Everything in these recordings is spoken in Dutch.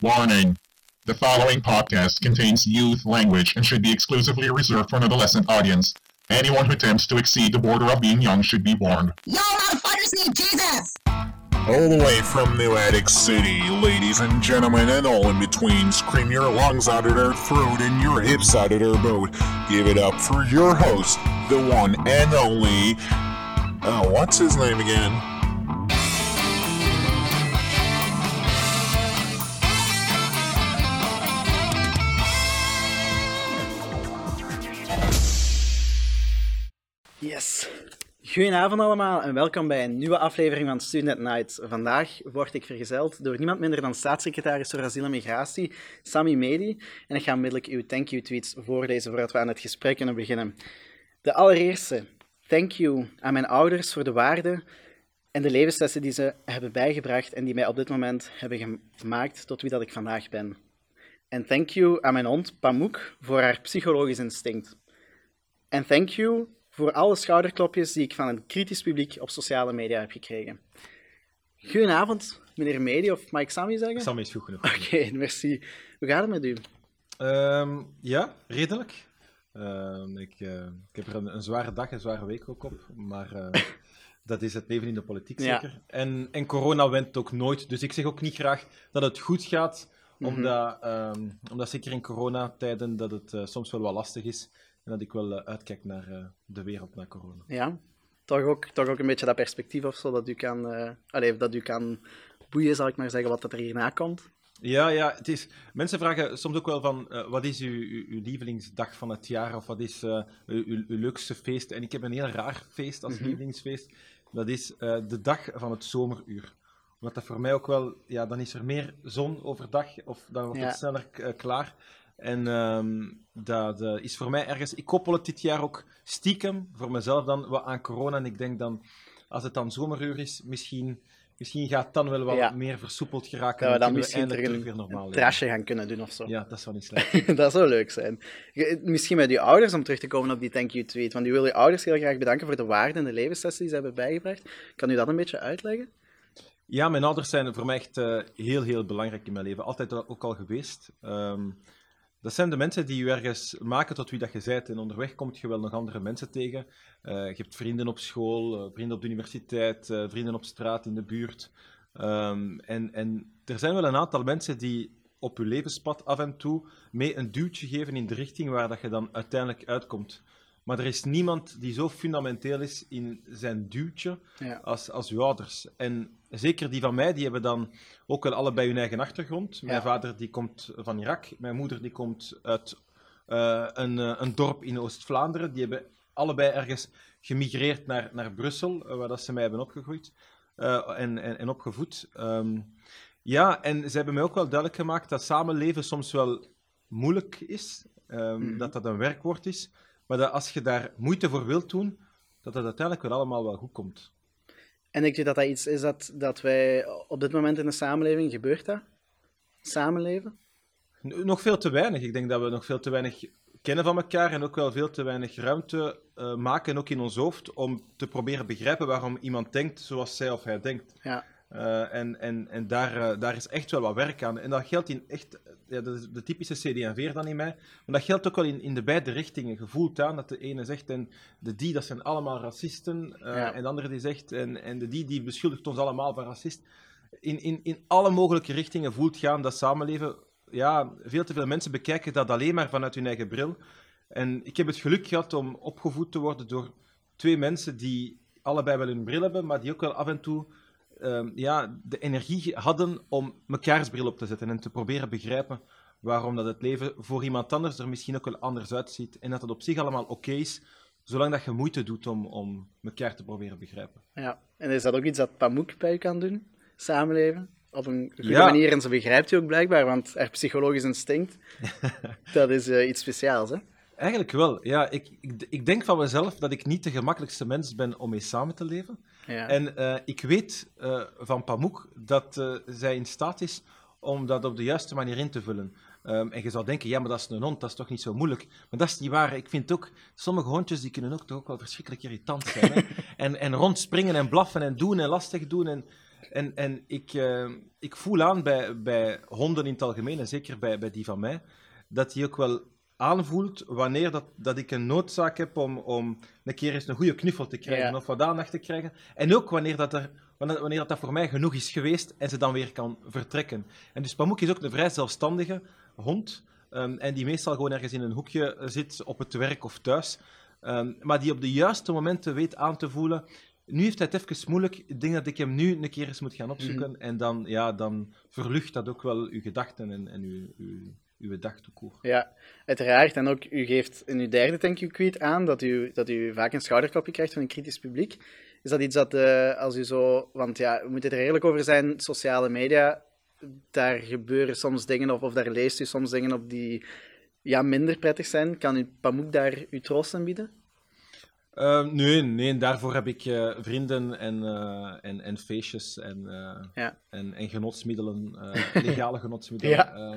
Warning. The following podcast contains youth language and should be exclusively reserved for an adolescent audience. Anyone who attempts to exceed the border of being young should be warned. Yo, motherfuckers need Jesus! All the way from New Attic City, ladies and gentlemen, and all in between, scream your lungs out of their throat and your hips out of their boat. Give it up for your host, the one and only... what's his name again? Yes. Goedenavond allemaal en welkom bij een nieuwe aflevering van Student Night. Vandaag word ik vergezeld door niemand minder dan staatssecretaris voor asiel en migratie, Sami Medi. En ik ga onmiddellijk uw thank you tweets voorlezen voordat we aan het gesprek kunnen beginnen. De allereerste. Thank you aan mijn ouders voor de waarden en de levenslessen die ze hebben bijgebracht en die mij op dit moment hebben gemaakt tot wie dat ik vandaag ben. En thank you aan mijn hond Pamuk voor haar psychologisch instinct. En thank you voor alle schouderklopjes die ik van een kritisch publiek op sociale media heb gekregen. Goedenavond, meneer Medi, of mag ik Sami zeggen? Sami is goed genoeg. Oké, merci. Hoe gaat het met u? Ja, redelijk. Ik heb er een zware dag, een zware week ook op, maar dat is het leven in de politiek zeker. Ja. En corona went ook nooit, dus ik zeg ook niet graag dat het goed gaat, omdat zeker in coronatijden dat het soms wel wat lastig is. En dat ik wel uitkijk naar de wereld na corona. Ja, toch ook een beetje dat perspectief of zo, dat u kan boeien, zal ik maar zeggen, wat er hierna komt. Ja, mensen vragen soms ook wel van, wat is uw lievelingsdag van het jaar, of wat is uw leukste feest? En ik heb een heel raar feest als lievelingsfeest. Dat is de dag van het zomeruur. Omdat dat voor mij ook wel, ja, dan is er meer zon overdag, of dan wordt het sneller klaar. En dat is voor mij ergens... Ik koppel het dit jaar ook stiekem, voor mezelf dan, wat aan corona. En ik denk dan, als het dan zomeruur is, misschien gaat het dan wel wat meer versoepeld geraken. Dat we dan misschien misschien weer normaal een trasje gaan kunnen doen of zo. Ja, dat zou niet slecht zijn. Dat zou leuk zijn. Misschien met uw ouders, om terug te komen op die thank you tweet. Want u wil uw ouders heel graag bedanken voor de waarden en de levenslessen die ze hebben bijgebracht. Kan u dat een beetje uitleggen? Ja, mijn ouders zijn voor mij echt heel, heel belangrijk in mijn leven. Altijd ook al geweest. Dat zijn de mensen die je ergens maken tot wie dat je bent. En onderweg kom je wel nog andere mensen tegen. Je hebt vrienden op school, vrienden op de universiteit, vrienden op straat, in de buurt. En er zijn wel een aantal mensen die op je levenspad af en toe mee een duwtje geven in de richting waar dat je dan uiteindelijk uitkomt. Maar er is niemand die zo fundamenteel is in zijn duwtje als uw ouders. En zeker die van mij, die hebben dan ook wel allebei hun eigen achtergrond. Mijn vader die komt van Irak, mijn moeder die komt uit een dorp in Oost-Vlaanderen. Die hebben allebei ergens gemigreerd naar Brussel, waar dat ze mij hebben opgegroeid en opgevoed. En ze hebben mij ook wel duidelijk gemaakt dat samenleven soms wel moeilijk is, dat een werkwoord is. Maar dat als je daar moeite voor wilt doen, dat het uiteindelijk wel allemaal wel goed komt. En ik denk dat dat iets is dat wij op dit moment in de samenleving gebeurt, dat? Samenleven? Nog veel te weinig. Ik denk dat we nog veel te weinig kennen van elkaar en ook wel veel te weinig ruimte maken, ook in ons hoofd, om te proberen begrijpen waarom iemand denkt zoals zij of hij denkt. Ja. En daar is echt wel wat werk aan. En dat geldt in echt, de typische CD&V'er dan in mij, maar dat geldt ook wel in de beide richtingen. Je voelt aan dat de ene zegt, en dat zijn allemaal racisten, en de andere die zegt, en die beschuldigt ons allemaal van racist. In alle mogelijke richtingen voelt je aan dat samenleven, veel te veel mensen bekijken dat alleen maar vanuit hun eigen bril. En ik heb het geluk gehad om opgevoed te worden door twee mensen die allebei wel hun bril hebben, maar die ook wel af en toe de energie hadden om mekaars bril op te zetten en te proberen begrijpen waarom dat het leven voor iemand anders er misschien ook wel anders uitziet en dat het op zich allemaal oké is, zolang dat je moeite doet om mekaar te proberen begrijpen. Ja, en is dat ook iets dat Pamuk bij je kan doen? Samenleven? Op een goede manier, en ze begrijpt je ook blijkbaar, want haar psychologisch instinct, dat is iets speciaals, hè? Eigenlijk wel, ja. Ik denk van mezelf dat ik niet de gemakkelijkste mens ben om mee samen te leven. Ja. En ik weet van Pamuk dat zij in staat is om dat op de juiste manier in te vullen. En je zou denken, ja, maar dat is een hond, dat is toch niet zo moeilijk. Maar dat is niet waar. Ik vind ook, sommige hondjes die kunnen ook toch ook wel verschrikkelijk irritant zijn. Hè? en rondspringen en blaffen en doen en lastig doen. En ik voel aan bij honden in het algemeen, en zeker bij die van mij, dat die ook wel aanvoelt wanneer dat ik een noodzaak heb om een keer eens een goede knuffel te krijgen of wat aandacht te krijgen. En ook wanneer dat voor mij genoeg is geweest en ze dan weer kan vertrekken. En dus Pamuk is ook een vrij zelfstandige hond en die meestal gewoon ergens in een hoekje zit op het werk of thuis. Maar die op de juiste momenten weet aan te voelen. Nu heeft hij het even moeilijk. Ik denk dat ik hem nu een keer eens moet gaan opzoeken. En dan verlucht dat ook wel uw gedachten en uw dag toekoor. Ja, uiteraard. En ook, u geeft in uw derde thank you tweet aan dat u vaak een schouderklopje krijgt van een kritisch publiek. Is dat iets dat als u zo... Want ja, we moeten er eerlijk over zijn, sociale media, daar gebeuren soms dingen of daar leest u soms dingen op die minder prettig zijn. Kan u Pamuk daar uw troost aan bieden? Nee, daarvoor heb ik vrienden en feestjes en genotsmiddelen, legale genotsmiddelen.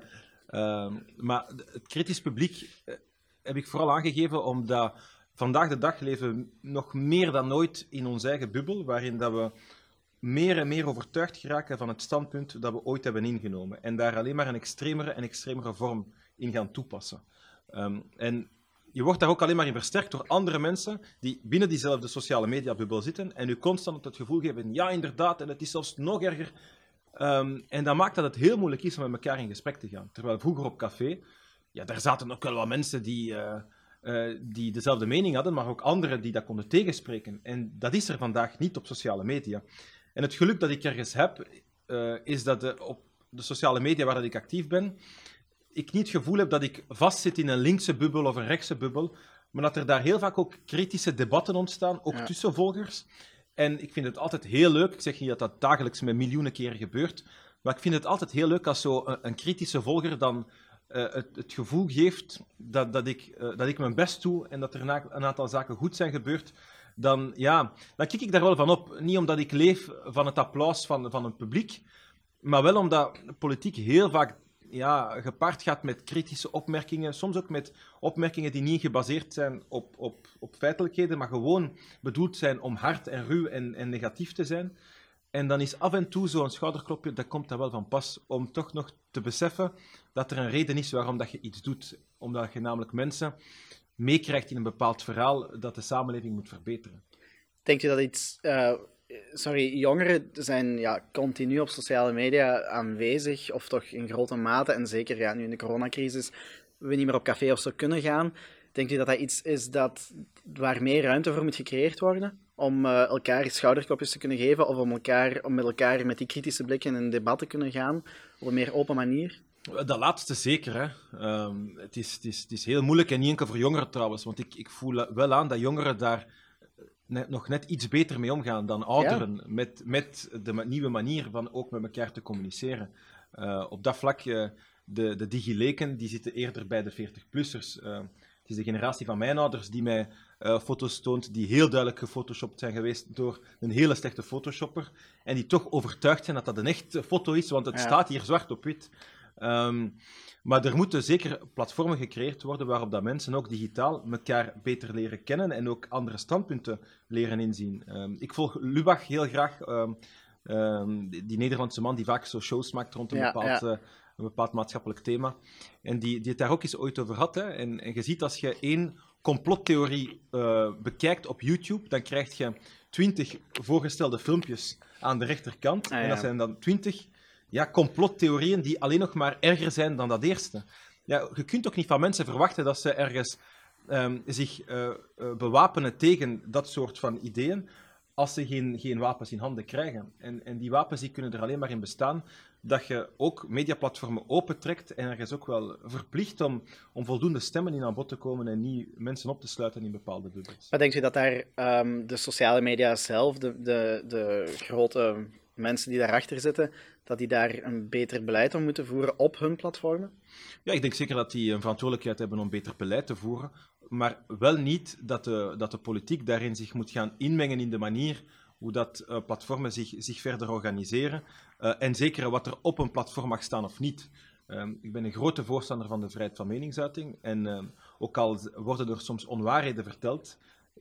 Maar het kritisch publiek heb ik vooral aangegeven omdat vandaag de dag leven we nog meer dan ooit in onze eigen bubbel, waarin dat we meer en meer overtuigd geraken van het standpunt dat we ooit hebben ingenomen. En daar alleen maar een extremere vorm in gaan toepassen. En je wordt daar ook alleen maar in versterkt door andere mensen die binnen diezelfde sociale mediabubbel zitten en u constant het gevoel geven, ja inderdaad, en het is zelfs nog erger. En dat maakt dat het heel moeilijk is om met elkaar in gesprek te gaan. Terwijl vroeger op café, daar zaten ook wel wat mensen die dezelfde mening hadden, maar ook anderen die dat konden tegenspreken. En dat is er vandaag niet op sociale media. En het geluk dat ik ergens heb, is dat op de sociale media waar dat ik actief ben, ik niet het gevoel heb dat ik vastzit in een linkse bubbel of een rechtse bubbel, maar dat er daar heel vaak ook kritische debatten ontstaan, ook tussen volgers. En ik vind het altijd heel leuk, ik zeg niet dat dat dagelijks met miljoenen keren gebeurt, maar ik vind het altijd heel leuk als zo een kritische volger dan het gevoel geeft dat ik mijn best doe en dat er een aantal zaken goed zijn gebeurd, dan kijk ik daar wel van op. Niet omdat ik leef van het applaus van het publiek, maar wel omdat politiek heel vaak gepaard gaat met kritische opmerkingen, soms ook met opmerkingen die niet gebaseerd zijn op feitelijkheden, maar gewoon bedoeld zijn om hard en ruw en negatief te zijn. En dan is af en toe zo'n schouderklopje, dat komt daar wel van pas, om toch nog te beseffen dat er een reden is waarom dat je iets doet. Omdat je namelijk mensen meekrijgt in een bepaald verhaal dat de samenleving moet verbeteren. Denkt u dat jongeren zijn continu op sociale media aanwezig, of toch in grote mate, en zeker nu in de coronacrisis, we niet meer op café of zo kunnen gaan. Denkt u dat dat iets is waar meer ruimte voor moet gecreëerd worden? Om elkaar schouderklopjes te kunnen geven, of om met elkaar met die kritische blikken in een debat te kunnen gaan, op een meer open manier? Dat laatste zeker. Hè. Het is heel moeilijk, en niet enkel voor jongeren trouwens, want ik voel wel aan dat jongeren daar nog net iets beter mee omgaan dan ouderen, met de nieuwe manier van ook met elkaar te communiceren. Op dat vlak, de digileken, die zitten eerder bij de 40-plussers. Het is de generatie van mijn ouders die mij foto's toont die heel duidelijk gefotoshopt zijn geweest door een hele slechte photoshopper, en die toch overtuigd zijn dat dat een echte foto is, want het staat hier zwart op wit. Maar er moeten zeker platformen gecreëerd worden waarop dat mensen ook digitaal elkaar beter leren kennen en ook andere standpunten leren inzien. Ik volg Lubach heel graag, die Nederlandse man die vaak zo shows maakt rond een bepaald maatschappelijk thema. En die het daar ook eens ooit over had. Hè. En je ziet, als je één complottheorie bekijkt op YouTube, dan krijg je 20 voorgestelde filmpjes aan de rechterkant. En dat zijn dan 20... complottheorieën die alleen nog maar erger zijn dan dat eerste. Je kunt ook niet van mensen verwachten dat ze ergens zich bewapenen tegen dat soort van ideeën, als ze geen wapens in handen krijgen. En die wapens die kunnen er alleen maar in bestaan dat je ook mediaplatformen opentrekt en ergens ook wel verplicht om voldoende stemmen in aan bod te komen en niet mensen op te sluiten in bepaalde bubbels. Maar denkt u dat daar de sociale media zelf, de grote mensen die daarachter zitten, dat die daar een beter beleid om moeten voeren op hun platformen? Ja, ik denk zeker dat die een verantwoordelijkheid hebben om beter beleid te voeren, maar wel niet dat de politiek daarin zich moet gaan inmengen in de manier hoe dat platformen zich verder organiseren, en zeker wat er op een platform mag staan of niet. Ik ben een grote voorstander van de vrijheid van meningsuiting, en ook al worden er soms onwaarheden verteld,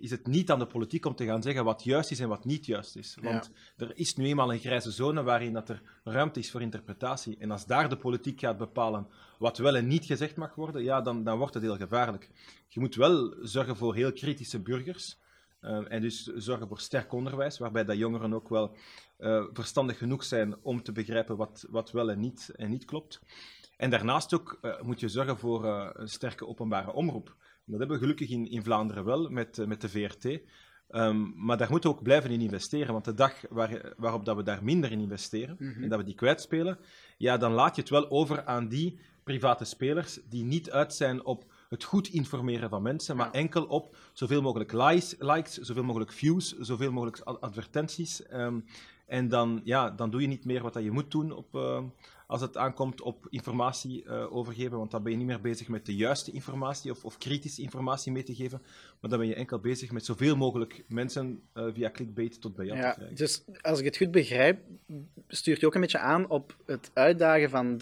is het niet aan de politiek om te gaan zeggen wat juist is en wat niet juist is. Want er is nu eenmaal een grijze zone waarin dat er ruimte is voor interpretatie. En als daar de politiek gaat bepalen wat wel en niet gezegd mag worden, ja, dan wordt het heel gevaarlijk. Je moet wel zorgen voor heel kritische burgers. En dus zorgen voor sterk onderwijs, waarbij dat jongeren ook wel verstandig genoeg zijn om te begrijpen wat wel en niet klopt. En daarnaast ook moet je zorgen voor een sterke openbare omroep. Dat hebben we gelukkig in Vlaanderen wel, met de VRT. Maar daar moeten we ook blijven in investeren. Want de dag waarop dat we daar minder in investeren, en dat we die kwijtspelen, ja, dan laat je het wel over aan die private spelers die niet uit zijn op het goed informeren van mensen, maar enkel op zoveel mogelijk likes, zoveel mogelijk views, zoveel mogelijk advertenties. En dan doe je niet meer wat je moet doen als het aankomt op informatie overgeven, want dan ben je niet meer bezig met de juiste informatie of kritische informatie mee te geven, maar dan ben je enkel bezig met zoveel mogelijk mensen via clickbait tot bij jou te krijgen. Dus als ik het goed begrijp, stuurt je ook een beetje aan op het uitdagen van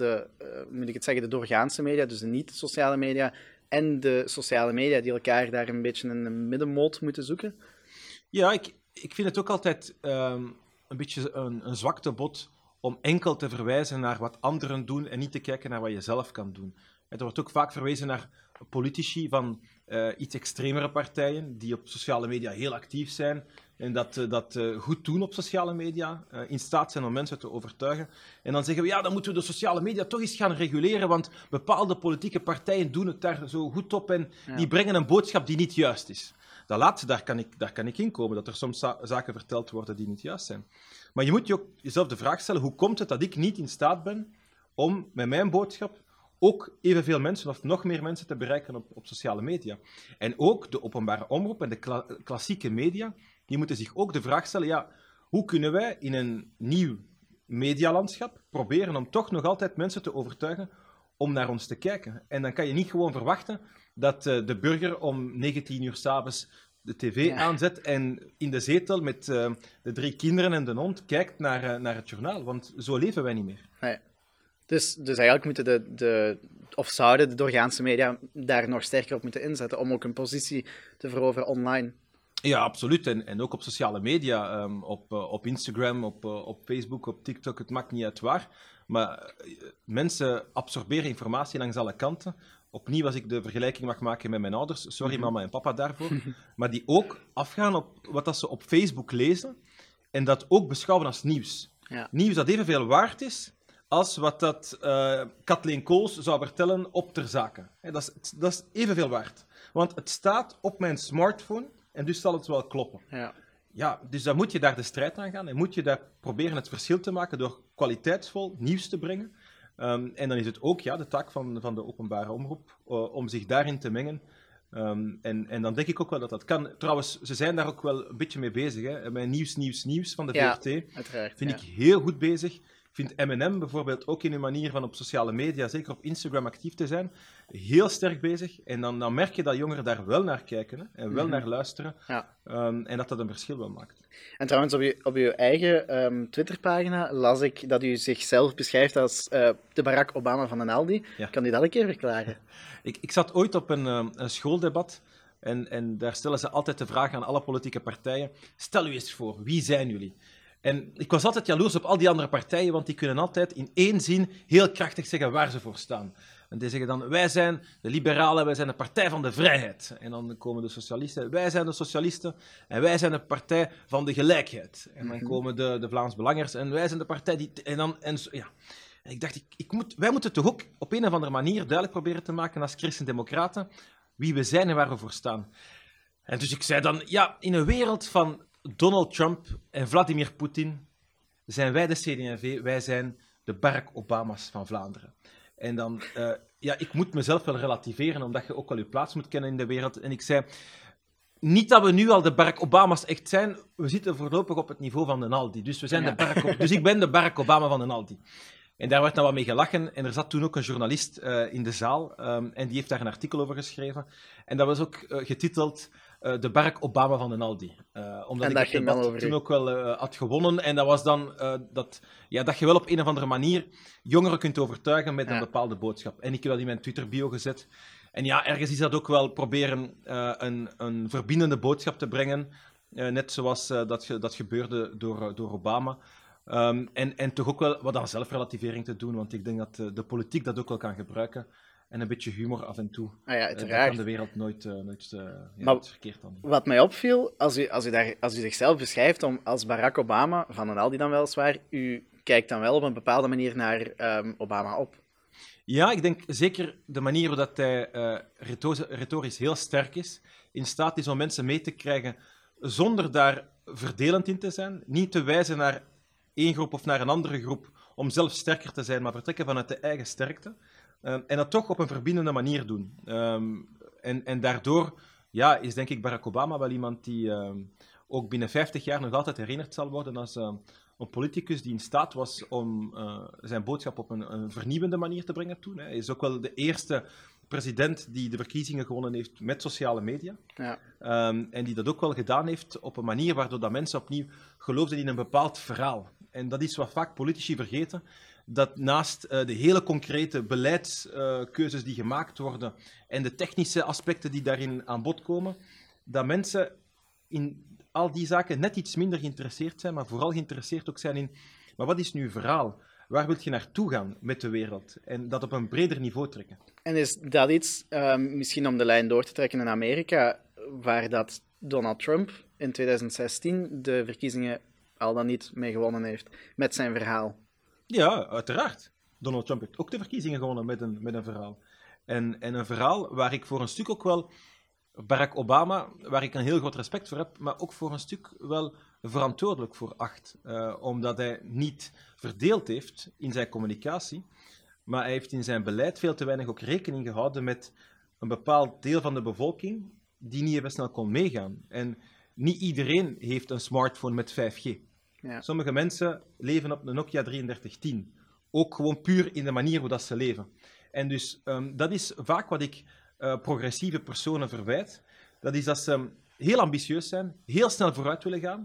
de doorgaanse media, dus de niet-sociale media, en de sociale media die elkaar daar een beetje in een middenmoot moeten zoeken? Ja, ik vind het ook altijd een beetje een zwaktebod om enkel te verwijzen naar wat anderen doen en niet te kijken naar wat je zelf kan doen. Er wordt ook vaak verwezen naar politici van iets extremere partijen die op sociale media heel actief zijn en dat goed doen op sociale media, in staat zijn om mensen te overtuigen. En dan zeggen we, ja, dan moeten we de sociale media toch eens gaan reguleren, want bepaalde politieke partijen doen het daar zo goed op en die brengen een boodschap die niet juist is. Dat laatste, daar kan ik in komen, dat er soms zaken verteld worden die niet juist zijn. Maar je moet je ook jezelf de vraag stellen, hoe komt het dat ik niet in staat ben om met mijn boodschap ook evenveel mensen of nog meer mensen te bereiken op sociale media? En ook de openbare omroep en de klassieke media, die moeten zich ook de vraag stellen, ja, hoe kunnen wij in een nieuw medialandschap proberen om toch nog altijd mensen te overtuigen om naar ons te kijken? En dan kan je niet gewoon verwachten dat de burger om 19 uur 's avonds de tv aanzet en in de zetel met de 3 kinderen en de hond kijkt naar het journaal. Want zo leven wij niet meer. Nee. Dus eigenlijk moeten zouden de doorgaanse media daar nog sterker op moeten inzetten om ook een positie te veroveren online. Ja, absoluut. En ook op sociale media, op Instagram, op Facebook, op TikTok, het maakt niet uit waar. Maar mensen absorberen informatie langs alle kanten. Opnieuw, als ik de vergelijking mag maken met mijn ouders, sorry mama en papa daarvoor, maar die ook afgaan op wat dat ze op Facebook lezen en dat ook beschouwen als nieuws. Ja. Nieuws dat evenveel waard is als wat dat Kathleen Kools zou vertellen op ter zake. Dat is evenveel waard. Want het staat op mijn smartphone en dus zal het wel kloppen. Ja, dus dan moet je daar de strijd aan gaan en moet je daar proberen het verschil te maken door kwaliteitsvol nieuws te brengen. En dan is het ook de taak van de openbare omroep om zich daarin te mengen. En dan denk ik ook wel dat kan. Trouwens, ze zijn daar ook wel een beetje mee bezig. Hè. Met nieuws van de VRT vind ik heel goed bezig. Ik vind M&M bijvoorbeeld ook in hun manier van op sociale media, zeker op Instagram actief te zijn, heel sterk bezig. En dan merk je dat jongeren daar wel naar kijken hè, en wel naar luisteren. Ja. En dat een verschil wel maakt. En trouwens, op uw eigen Twitterpagina las ik dat u zichzelf beschrijft als de Barack Obama van een Aldi. Ja. Kan u dat een keer verklaren? Ik zat ooit op een schooldebat en daar stellen ze altijd de vraag aan alle politieke partijen. Stel u eens voor, wie zijn jullie? En ik was altijd jaloers op al die andere partijen, want die kunnen altijd in 1 zin heel krachtig zeggen waar ze voor staan. En die zeggen dan, wij zijn de liberalen, wij zijn de partij van de vrijheid. En dan komen de socialisten, wij zijn de socialisten en wij zijn de partij van de gelijkheid. En dan komen de Vlaams Belangers en wij zijn de partij die... En ik dacht, wij moeten toch ook op een of andere manier duidelijk proberen te maken als christendemocraten wie we zijn en waar we voor staan. En dus ik zei dan, ja, in een wereld van Donald Trump en Vladimir Poetin zijn wij de CD&V, wij zijn de Barack Obama's van Vlaanderen. En dan, ik moet mezelf wel relativeren, omdat je ook wel je plaats moet kennen in de wereld. En ik zei, niet dat we nu al de Barack Obama's echt zijn, we zitten voorlopig op het niveau van de Aldi. Dus, dus ik ben de Barack Obama van de Aldi. En daar werd dan wat mee gelachen. En er zat toen ook een journalist in de zaal. En die heeft daar een artikel over geschreven. En dat was ook getiteld de Barack Obama van de Aldi. Omdat En ik dat het ging dan debat over toen u. ook wel had gewonnen. En dat was dan dat je wel op een of andere manier jongeren kunt overtuigen met een Ja. bepaalde boodschap. En ik heb dat in mijn Twitter-bio gezet. En ja, ergens is dat ook wel proberen een verbindende boodschap te brengen. Net zoals dat gebeurde door Obama. En toch ook wel wat aan zelfrelativering te doen, want ik denk dat de politiek dat ook wel kan gebruiken. En een beetje humor af en toe. Ah ja, Dat uiteraard. kan de wereld nooit Maar- iets verkeerd aan doen. Wat mij opviel, als u zichzelf beschrijft als Barack Obama, van een Aldi dan weliswaar, u kijkt dan wel op een bepaalde manier naar Obama op. Ja, ik denk zeker de manier waarop hij retorisch heel sterk is, in staat is om mensen mee te krijgen zonder daar verdelend in te zijn, niet te wijzen naar één groep of naar een andere groep om zelf sterker te zijn, maar vertrekken vanuit de eigen sterkte. En dat toch op een verbindende manier doen. En daardoor is denk ik Barack Obama wel iemand die ook binnen 50 jaar nog altijd herinnerd zal worden als een politicus die in staat was om zijn boodschap op een vernieuwende manier te brengen toen. Hij is ook wel de eerste president die de verkiezingen gewonnen heeft met sociale media. Ja. En die dat ook wel gedaan heeft op een manier waardoor dat mensen opnieuw geloofden in een bepaald verhaal. En dat is wat vaak politici vergeten, dat naast de hele concrete beleidskeuzes die gemaakt worden en de technische aspecten die daarin aan bod komen, dat mensen in al die zaken net iets minder geïnteresseerd zijn, maar vooral geïnteresseerd ook zijn in, maar wat is nu uw verhaal? Waar wil je naartoe gaan met de wereld? En dat op een breder niveau trekken. En is dat iets, misschien om de lijn door te trekken in Amerika, waar dat Donald Trump in 2016 de verkiezingen al dan niet mee gewonnen heeft, met zijn verhaal? Ja, uiteraard. Donald Trump heeft ook de verkiezingen gewonnen met een verhaal. En een verhaal waar ik voor een stuk ook wel Barack Obama, waar ik een heel groot respect voor heb, maar ook voor een stuk wel verantwoordelijk voor acht. Omdat hij niet verdeeld heeft in zijn communicatie, maar hij heeft in zijn beleid veel te weinig ook rekening gehouden met een bepaald deel van de bevolking die niet even snel kon meegaan. En niet iedereen heeft een smartphone met 5G. Ja. Sommige mensen leven op een Nokia 3310. Ook gewoon puur in de manier hoe dat ze leven. En dus dat is vaak wat ik progressieve personen verwijt. Dat is dat ze heel ambitieus zijn, heel snel vooruit willen gaan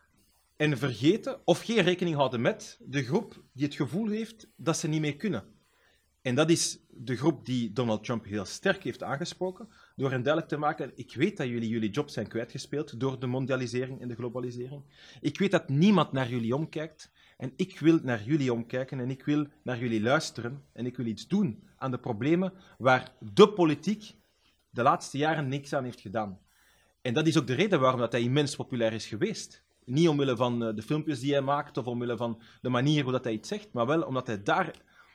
en vergeten of geen rekening houden met de groep die het gevoel heeft dat ze niet mee kunnen. En dat is de groep die Donald Trump heel sterk heeft aangesproken, door hen duidelijk te maken, ik weet dat jullie jobs zijn kwijtgespeeld door de mondialisering en de globalisering. Ik weet dat niemand naar jullie omkijkt en ik wil naar jullie omkijken en ik wil naar jullie luisteren en ik wil iets doen aan de problemen waar de politiek de laatste jaren niks aan heeft gedaan. En dat is ook de reden waarom dat hij immens populair is geweest. Niet omwille van de filmpjes die hij maakt of omwille van de manier hoe dat hij iets zegt, maar wel omdat hij daar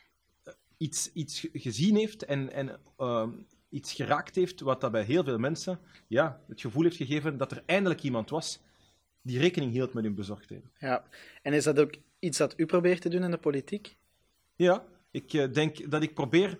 iets gezien heeft en iets geraakt heeft wat dat bij heel veel mensen het gevoel heeft gegeven dat er eindelijk iemand was die rekening hield met hun bezorgdheden. Ja. En is dat ook iets dat u probeert te doen in de politiek? Ja, ik denk dat ik probeer...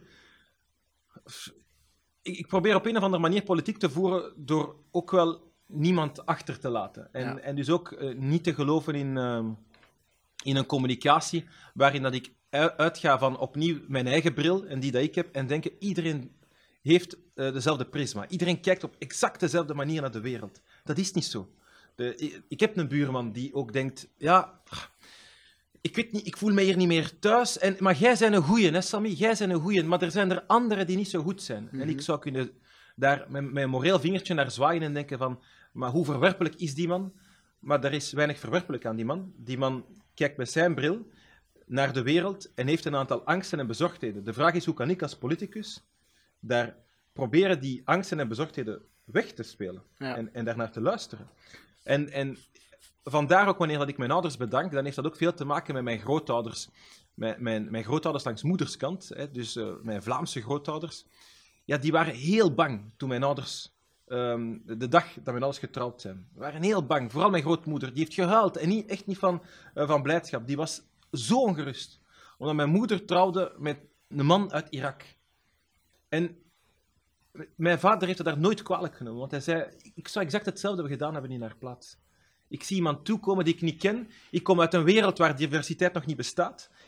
Ik probeer op een of andere manier politiek te voeren door ook wel niemand achter te laten. En dus ook niet te geloven in een communicatie waarin dat ik uitga van opnieuw mijn eigen bril en die dat ik heb en denken iedereen heeft dezelfde prisma. Iedereen kijkt op exact dezelfde manier naar de wereld. Dat is niet zo. Ik heb een buurman die ook denkt, ik weet niet, ik voel me hier niet meer thuis. Maar jij bent een goeie, hè, Sammy? Jij bent een goeie. Maar er zijn er anderen die niet zo goed zijn. En ik zou kunnen daar met mijn moreel vingertje naar zwaaien en denken van, maar hoe verwerpelijk is die man? Maar er is weinig verwerpelijk aan die man. Die man kijkt met zijn bril naar de wereld en heeft een aantal angsten en bezorgdheden. De vraag is, hoe kan ik als politicus daar proberen die angsten en bezorgdheden weg te spelen en daarnaar te luisteren? En vandaar ook wanneer ik mijn ouders bedank, dan heeft dat ook veel te maken met mijn grootouders. Mijn grootouders langs moederskant, hè, dus mijn Vlaamse grootouders, die waren heel bang toen mijn ouders, de dag dat mijn ouders getrouwd zijn, waren heel bang. Vooral mijn grootmoeder, die heeft gehuild en echt niet van blijdschap. Die was zo ongerust, omdat mijn moeder trouwde met een man uit Irak. En mijn vader heeft het daar nooit kwalijk genomen, want hij zei, ik zou exact hetzelfde gedaan hebben in haar plaats. Ik zie iemand toekomen die ik niet ken. Ik kom uit een wereld waar diversiteit nog niet bestaat.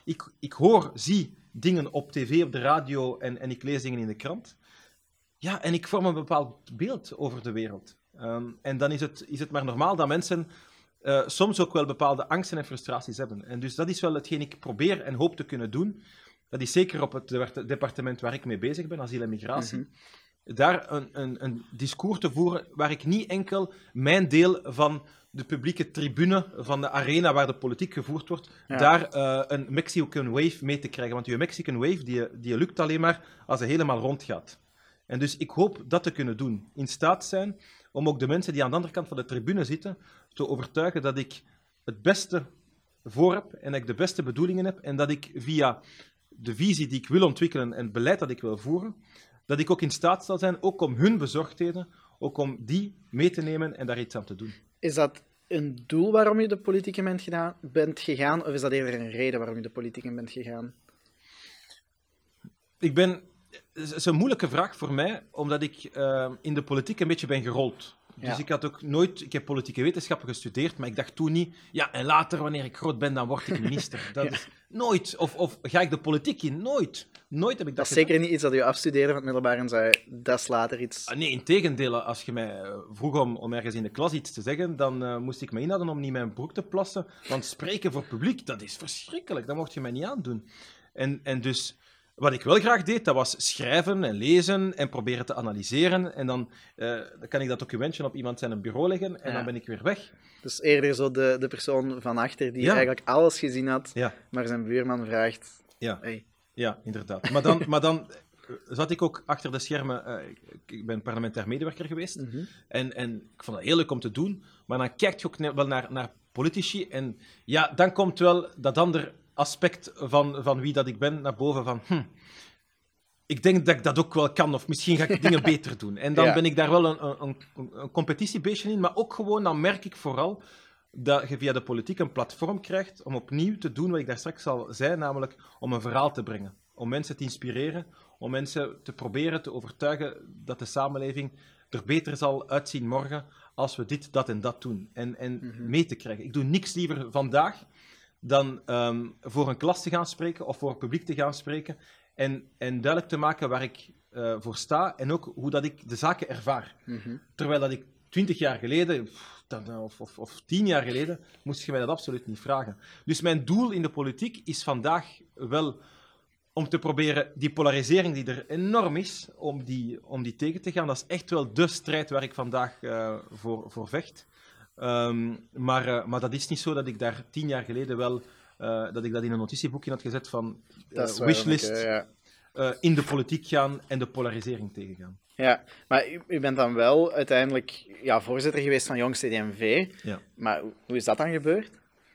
ik hoor, zie dingen op tv, op de radio en ik lees dingen in de krant. Ja, en ik vorm een bepaald beeld over de wereld. En dan is het maar normaal dat mensen soms ook wel bepaalde angsten en frustraties hebben. En dus dat is wel hetgeen ik probeer en hoop te kunnen doen. Dat is zeker op het departement waar ik mee bezig ben, asiel en migratie. Daar een discours te voeren waar ik niet enkel mijn deel van de publieke tribune, van de arena waar de politiek gevoerd wordt, daar een Mexican wave mee te krijgen. Want die Mexican wave die lukt alleen maar als hij helemaal rondgaat. En dus ik hoop dat te kunnen doen. In staat zijn om ook de mensen die aan de andere kant van de tribune zitten te overtuigen dat ik het beste voor heb en dat ik de beste bedoelingen heb en dat ik via de visie die ik wil ontwikkelen en het beleid dat ik wil voeren, dat ik ook in staat zal zijn, ook om hun bezorgdheden, ook om die mee te nemen en daar iets aan te doen. Is dat een doel waarom je de politiek in bent gegaan, of is dat eerder een reden waarom je de politiek in bent gegaan? Het is een moeilijke vraag voor mij, omdat ik in de politiek een beetje ben gerold. Dus ik had ook nooit... Ik heb politieke wetenschappen gestudeerd, maar ik dacht toen niet... Ja, en later, wanneer ik groot ben, dan word ik minister. Dat is nooit. Of ga ik de politiek in? Nooit. Nooit heb ik dat is zeker niet iets dat je afstudeerde van het middelbaar en zei, dat is later iets... Nee, integendeel. Als je mij vroeg om ergens in de klas iets te zeggen, dan moest ik me inhouden om niet mijn broek te plassen. Want spreken voor publiek, dat is verschrikkelijk. Dat mocht je mij niet aandoen. En dus... Wat ik wel graag deed, dat was schrijven en lezen en proberen te analyseren. En dan kan ik dat documentje op iemand zijn bureau leggen en dan ben ik weer weg. Dus eerder zo de persoon van achter die eigenlijk alles gezien had, maar zijn buurman vraagt... Hey. Ja, inderdaad. Maar dan zat ik ook achter de schermen... ik ben parlementair medewerker geweest. En ik vond het heel leuk om te doen. Maar dan kijk je ook wel naar politici. En ja, dan komt wel dat andere aspect van wie dat ik ben naar boven van... Ik denk dat ik dat ook wel kan, of misschien ga ik dingen beter doen. En dan ben ik daar wel een competitiebeestje in, maar ook gewoon, dan merk ik vooral dat je via de politiek een platform krijgt om opnieuw te doen wat ik daar straks al zei, namelijk om een verhaal te brengen. Om mensen te inspireren, om mensen te proberen te overtuigen dat de samenleving er beter zal uitzien morgen als we dit, dat en dat doen. En mee te krijgen. Ik doe niks liever vandaag dan voor een klas te gaan spreken of voor het publiek te gaan spreken en duidelijk te maken waar ik voor sta en ook hoe dat ik de zaken ervaar. Terwijl dat ik 20 jaar geleden, of 10 jaar geleden, moest je mij dat absoluut niet vragen. Dus mijn doel in de politiek is vandaag wel om te proberen die polarisering die er enorm is, om die tegen te gaan. Dat is echt wel de strijd waar ik vandaag voor vecht. Maar dat is niet zo dat ik daar 10 jaar geleden wel dat ik dat in een notitieboekje had gezet van wishlist, in de politiek gaan en de polarisering tegengaan. Ja, maar u bent dan wel uiteindelijk voorzitter geweest van Jong CD&V. Ja. Maar hoe is dat dan gebeurd?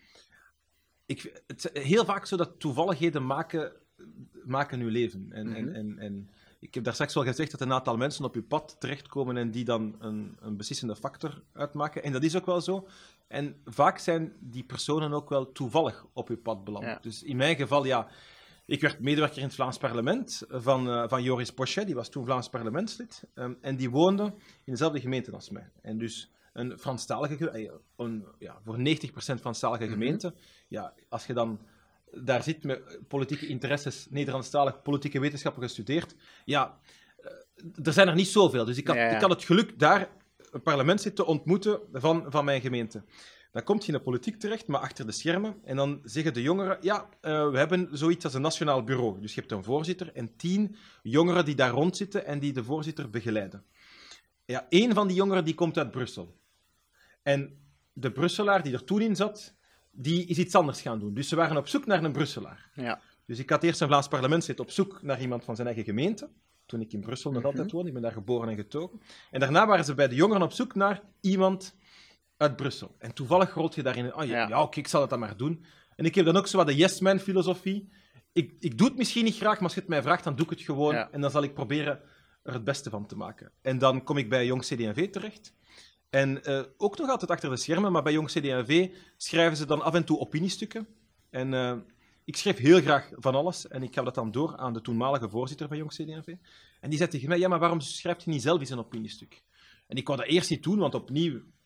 Het is heel vaak zo dat toevalligheden maken uw leven. En ik heb daar straks wel gezegd dat een aantal mensen op uw pad terechtkomen en die dan een beslissende factor uitmaken. En dat is ook wel zo. En vaak zijn die personen ook wel toevallig op uw pad beland. Ja. Dus in mijn geval, ik werd medewerker in het Vlaams parlement van Joris Pochet, die was toen Vlaams parlementslid. En die woonde in dezelfde gemeente als mij. En dus een Franstalige, voor 90% Franstalige gemeente. Ja, als je dan daar zit met politieke interesses, Nederlandstalig politieke wetenschappen gestudeerd. Ja, er zijn er niet zoveel. Dus ik had het geluk daar een parlementslid te ontmoeten van mijn gemeente. Dan kom je in de politiek terecht, maar achter de schermen. En dan zeggen de jongeren, we hebben zoiets als een nationaal bureau. Dus je hebt een voorzitter en 10 jongeren die daar rondzitten en die de voorzitter begeleiden. Ja, 1 van die jongeren die komt uit Brussel. En de Brusselaar die er toen in zat, die is iets anders gaan doen. Dus ze waren op zoek naar een Brusselaar. Ja. Dus ik had eerst een Vlaams parlementslid op zoek naar iemand van zijn eigen gemeente. Toen ik in Brussel nog altijd woonde. Ik ben daar geboren en getogen. En daarna waren ze bij de jongeren op zoek naar iemand uit Brussel. En toevallig rolt je daarin... Oké, ik zal het dan maar doen. En ik heb dan ook zo wat de yes-man-filosofie. Ik doe het misschien niet graag, maar als je het mij vraagt, dan doe ik het gewoon. Ja. En dan zal ik proberen er het beste van te maken. En dan kom ik bij Jong CD&V terecht. En ook nog altijd achter de schermen, maar bij Jong CD&V schrijven ze dan af en toe opiniestukken. En ik schreef heel graag van alles. En ik gaf dat dan door aan de toenmalige voorzitter van Jong CD&V. En die zei tegen mij, maar waarom schrijf je niet zelf eens een opiniestuk? En ik wou dat eerst niet doen, want opnieuw,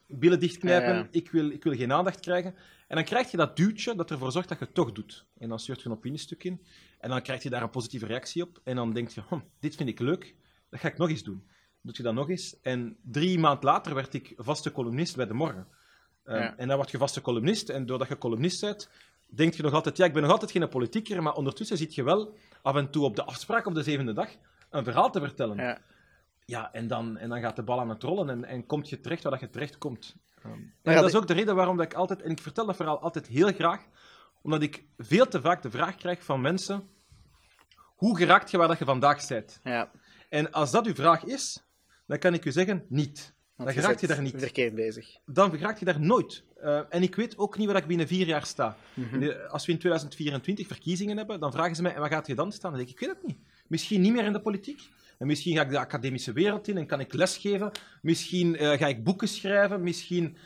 billen dichtknijpen, Ja. ik wil geen aandacht krijgen. En dan krijg je dat duwtje dat ervoor zorgt dat je het toch doet. En dan stuurt je een opiniestuk in. En dan krijg je daar een positieve reactie op. En dan denk je, dit vind ik leuk, dat ga ik nog eens doen. Dan doe je dat nog eens. En 3 maanden later werd ik vaste columnist bij De Morgen. En dan word je vaste columnist. En doordat je columnist bent, denk je nog altijd, ik ben nog altijd geen politieker, maar ondertussen zit je wel af en toe op de afspraak op de 7e dag een verhaal te vertellen. Ja. Ja, en dan gaat de bal aan het rollen en kom je terecht waar dat je terecht komt. En ja, dat is ook de reden waarom dat ik altijd, en ik vertel dat verhaal altijd heel graag, omdat ik veel te vaak de vraag krijg van mensen, hoe geraakt je waar dat je vandaag bent? Ja. En als dat uw vraag is, dan kan ik u zeggen, niet. Dan geraakt je daar niet. Verkeerd bezig. Dan geraakt je daar nooit. En ik weet ook niet waar ik binnen 4 jaar sta. Als we in 2024 verkiezingen hebben, dan vragen ze mij, en waar gaat je dan staan? Dan denk ik weet het niet. Misschien niet meer in de politiek. En misschien ga ik de academische wereld in en kan ik lesgeven. Misschien ga ik boeken schrijven. Misschien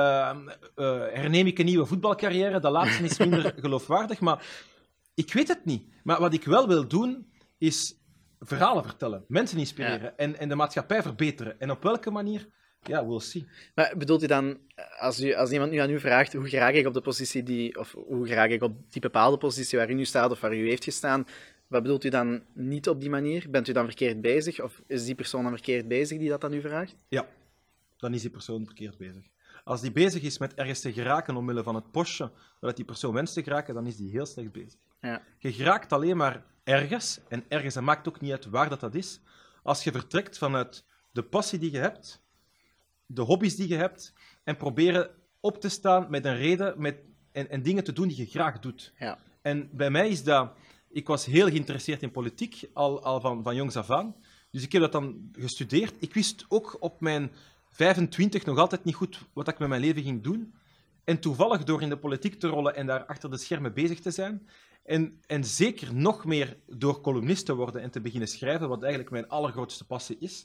herneem ik een nieuwe voetbalcarrière. Dat laatste is minder geloofwaardig. Maar ik weet het niet. Maar wat ik wel wil doen, is verhalen vertellen. Mensen inspireren. En de maatschappij verbeteren. En op welke manier? Ja, we'll see. Maar bedoelt u dan, als iemand nu aan u vraagt, hoe geraak ik op de positie of hoe geraak ik op die bepaalde positie waar u nu staat of waar u heeft gestaan, wat bedoelt u dan niet op die manier? Bent u dan verkeerd bezig? Of is die persoon dan verkeerd bezig die dat aan u vraagt? Ja, dan is die persoon verkeerd bezig. Als die bezig is met ergens te geraken omwille van het postje, dat die persoon wenst te geraken, dan is die heel slecht bezig. Ja. Je geraakt alleen maar ergens, en ergens, dat maakt ook niet uit waar dat is, als je vertrekt vanuit de passie die je hebt, de hobby's die je hebt, en proberen op te staan met een reden en dingen te doen die je graag doet. Ja. En bij mij is dat... Ik was heel geïnteresseerd in politiek, al van jongs af aan. Dus ik heb dat dan gestudeerd. Ik wist ook op mijn 25 nog altijd niet goed wat ik met mijn leven ging doen. En toevallig door in de politiek te rollen en daar achter de schermen bezig te zijn, en zeker nog meer door columnist te worden en te beginnen schrijven, wat eigenlijk mijn allergrootste passie is,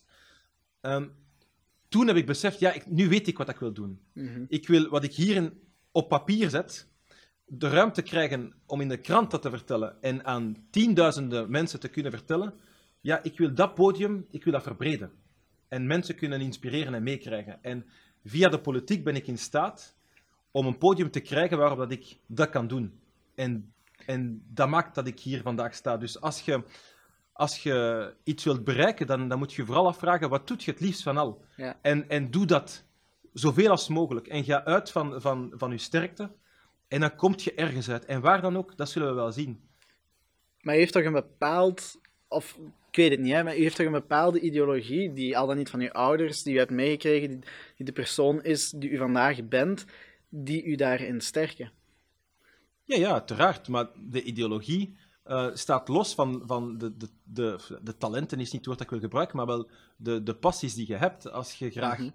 toen heb ik beseft, nu weet ik wat ik wil doen. Ik wil wat ik hier op papier zet, de ruimte krijgen om in de krant dat te vertellen en aan tienduizenden mensen te kunnen vertellen, ik wil dat podium, ik wil dat verbreden. En mensen kunnen inspireren en meekrijgen. En via de politiek ben ik in staat om een podium te krijgen waarop dat ik dat kan doen. En dat maakt dat ik hier vandaag sta. Dus als je iets wilt bereiken, dan moet je vooral afvragen, wat doet je het liefst van al? Ja. En doe dat zoveel als mogelijk. En ga uit van je sterkte. En dan kom je ergens uit. En waar dan ook, dat zullen we wel zien. Maar u heeft toch een bepaald... Of, ik weet het niet, hè, maar u heeft toch een bepaalde ideologie, die al dan niet van uw ouders, die u hebt meegekregen, die de persoon is die u vandaag bent, die u daarin sterken? Ja, uiteraard. Maar de ideologie staat los van de talenten, is niet het woord dat ik wil gebruiken, maar wel de passies die je hebt. Als je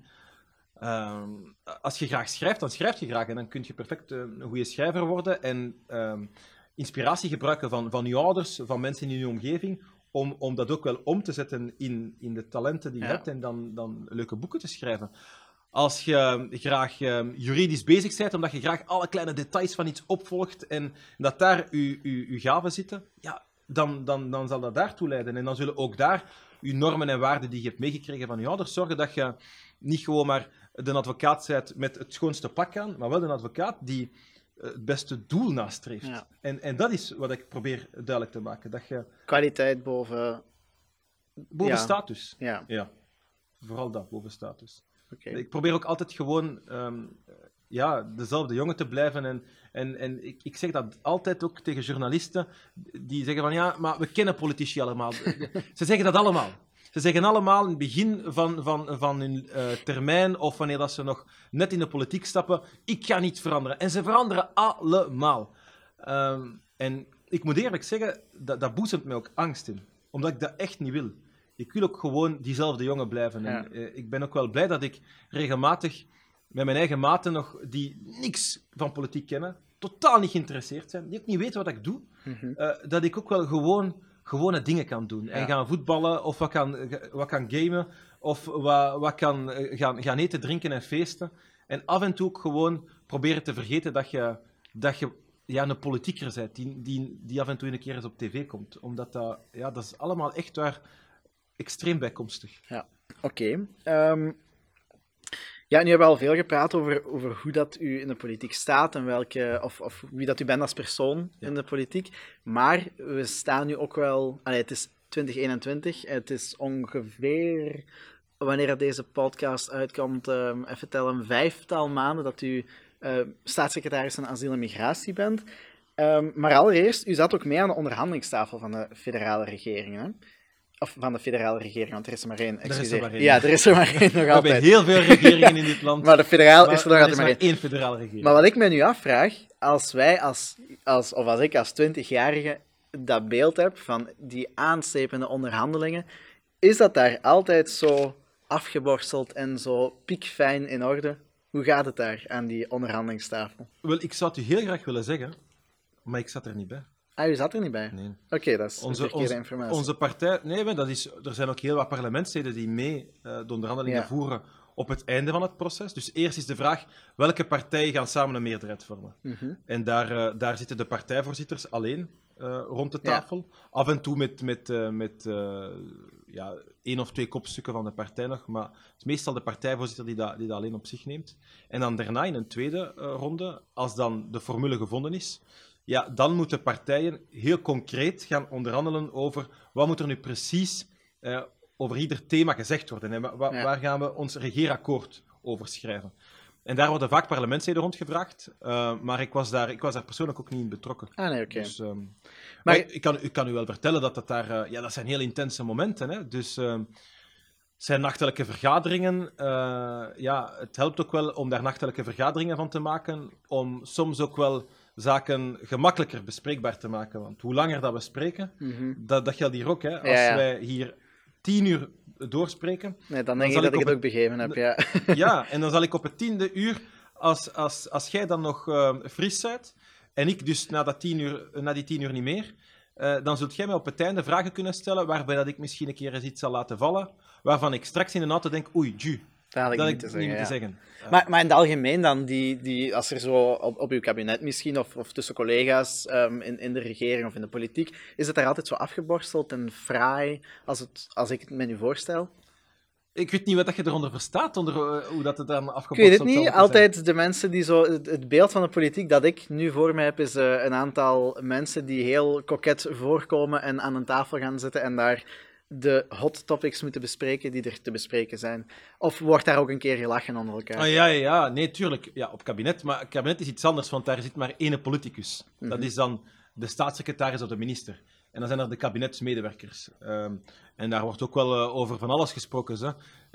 graag schrijft, dan schrijf je graag. En dan kun je perfect een goede schrijver worden en inspiratie gebruiken van je ouders, van mensen in je omgeving, om dat ook wel om te zetten in de talenten die je hebt en dan leuke boeken te schrijven. Als je graag juridisch bezig bent, omdat je graag alle kleine details van iets opvolgt en dat daar je gaven zitten, dan zal dat daartoe leiden. En dan zullen ook daar je normen en waarden die je hebt meegekregen van je ouders zorgen dat je niet gewoon maar de advocaat bent met het schoonste pak aan, maar wel een advocaat die het beste doel nastreeft. Ja. En dat is wat ik probeer duidelijk te maken. Dat je... Kwaliteit boven status. Ja. Vooral dat, boven status. Okay. Ik probeer ook altijd gewoon dezelfde jongen te blijven. En ik zeg dat altijd ook tegen journalisten die zeggen van maar we kennen politici allemaal. Ze zeggen dat allemaal. Ze zeggen allemaal in het begin van hun termijn of wanneer dat ze nog net in de politiek stappen, ik ga niet veranderen. En ze veranderen allemaal. En ik moet eerlijk zeggen, dat boezemt mij ook angst in. Omdat ik dat echt niet wil. Ik wil ook gewoon diezelfde jongen blijven. Ja. En, ik ben ook wel blij dat ik regelmatig met mijn eigen maten nog, die niks van politiek kennen, totaal niet geïnteresseerd zijn, die ook niet weten wat ik doe, dat ik ook wel gewone dingen kan doen. En gaan voetballen, of wat kan gamen, of wat kan gaan eten, drinken en feesten. En af en toe ook gewoon proberen te vergeten dat je een politieker bent, die af en toe een keer eens op tv komt. Omdat dat is allemaal echt waar extreem bijkomstig. Ja, oké. Ja, nu hebben we al veel gepraat over hoe dat u in de politiek staat en of wie dat u bent als persoon in de politiek. Maar we staan nu ook wel... het is 2021, het is ongeveer, wanneer dat deze podcast uitkomt, even tellen, 5-tal maanden dat u staatssecretaris van Asiel en Migratie bent. Maar allereerst, u zat ook mee aan de onderhandelingstafel van de federale regering, hè? Of van de federale regering, want er is er maar één. Excuseer. Ja, er is er maar één nog altijd. We hebben heel veel regeringen in dit land. Maar de federale is er nog altijd maar maar één. één federale regering. Maar wat ik me nu afvraag, als wij als 20-jarige dat beeld heb van die aanslepende onderhandelingen, is dat daar altijd zo afgeborsteld en zo piekfijn in orde? Hoe gaat het daar aan die onderhandelingstafel? Wel, ik zou het u heel graag willen zeggen, maar ik zat er niet bij. Ah, u zat er niet bij? Nee. Oké, dat is verkeerde informatie. Onze partij... Nee, maar er zijn ook heel wat parlementsleden die mee de onderhandelingen voeren op het einde van het proces. Dus eerst is de vraag, welke partijen gaan samen een meerderheid vormen? En daar zitten de partijvoorzitters alleen rond de tafel. Ja. Af en toe met 1 of 2 kopstukken van de partij nog, maar het is meestal de partijvoorzitter die dat alleen op zich neemt. En dan daarna, in een tweede ronde, als dan de formule gevonden is, ja, dan moeten partijen heel concreet gaan onderhandelen over wat moet er nu precies over ieder thema gezegd worden. En waar gaan we ons regeerakkoord over schrijven. En daar worden vaak parlementsleden rondgevraagd, maar ik was daar persoonlijk ook niet in betrokken. Ah, nee, oké. Dus, maar ik kan u wel vertellen dat dat zijn heel intense momenten. Hè? Dus het zijn nachtelijke vergaderingen. Het helpt ook wel om daar nachtelijke vergaderingen van te maken, om soms ook wel zaken gemakkelijker bespreekbaar te maken. Want hoe langer dat we spreken, dat geldt hier ook. Hè? Als wij hier 10 uur doorspreken... Nee, dan denk ik dat ik het ook begeven heb, ja. Ja, en dan zal ik op het 10e uur, als jij dan nog fris bent, en ik dus na die 10 uur niet meer, dan zult jij mij op het einde vragen kunnen stellen waarbij dat ik misschien een keer eens iets zal laten vallen, waarvan ik straks in de auto denk, oei, dat had ik niet te zeggen. Maar in het algemeen dan, als er zo op uw kabinet misschien, of tussen collega's in de regering of in de politiek, is het daar altijd zo afgeborsteld en fraai, als ik het me nu voorstel? Ik weet niet wat je eronder verstaat, hoe dat het dan afgeborsteld Ik weet het niet. zijn. Altijd de mensen die zo... Het beeld van de politiek dat ik nu voor me heb, is een aantal mensen die heel koket voorkomen en aan een tafel gaan zitten en daar de hot topics moeten bespreken die er te bespreken zijn. Of wordt daar ook een keer gelachen onder elkaar? Ja. Nee, tuurlijk. Ja, op kabinet. Maar kabinet is iets anders, want daar zit maar één politicus. Dat is dan de staatssecretaris of de minister. En dan zijn er de kabinetsmedewerkers. En daar wordt ook wel over van alles gesproken.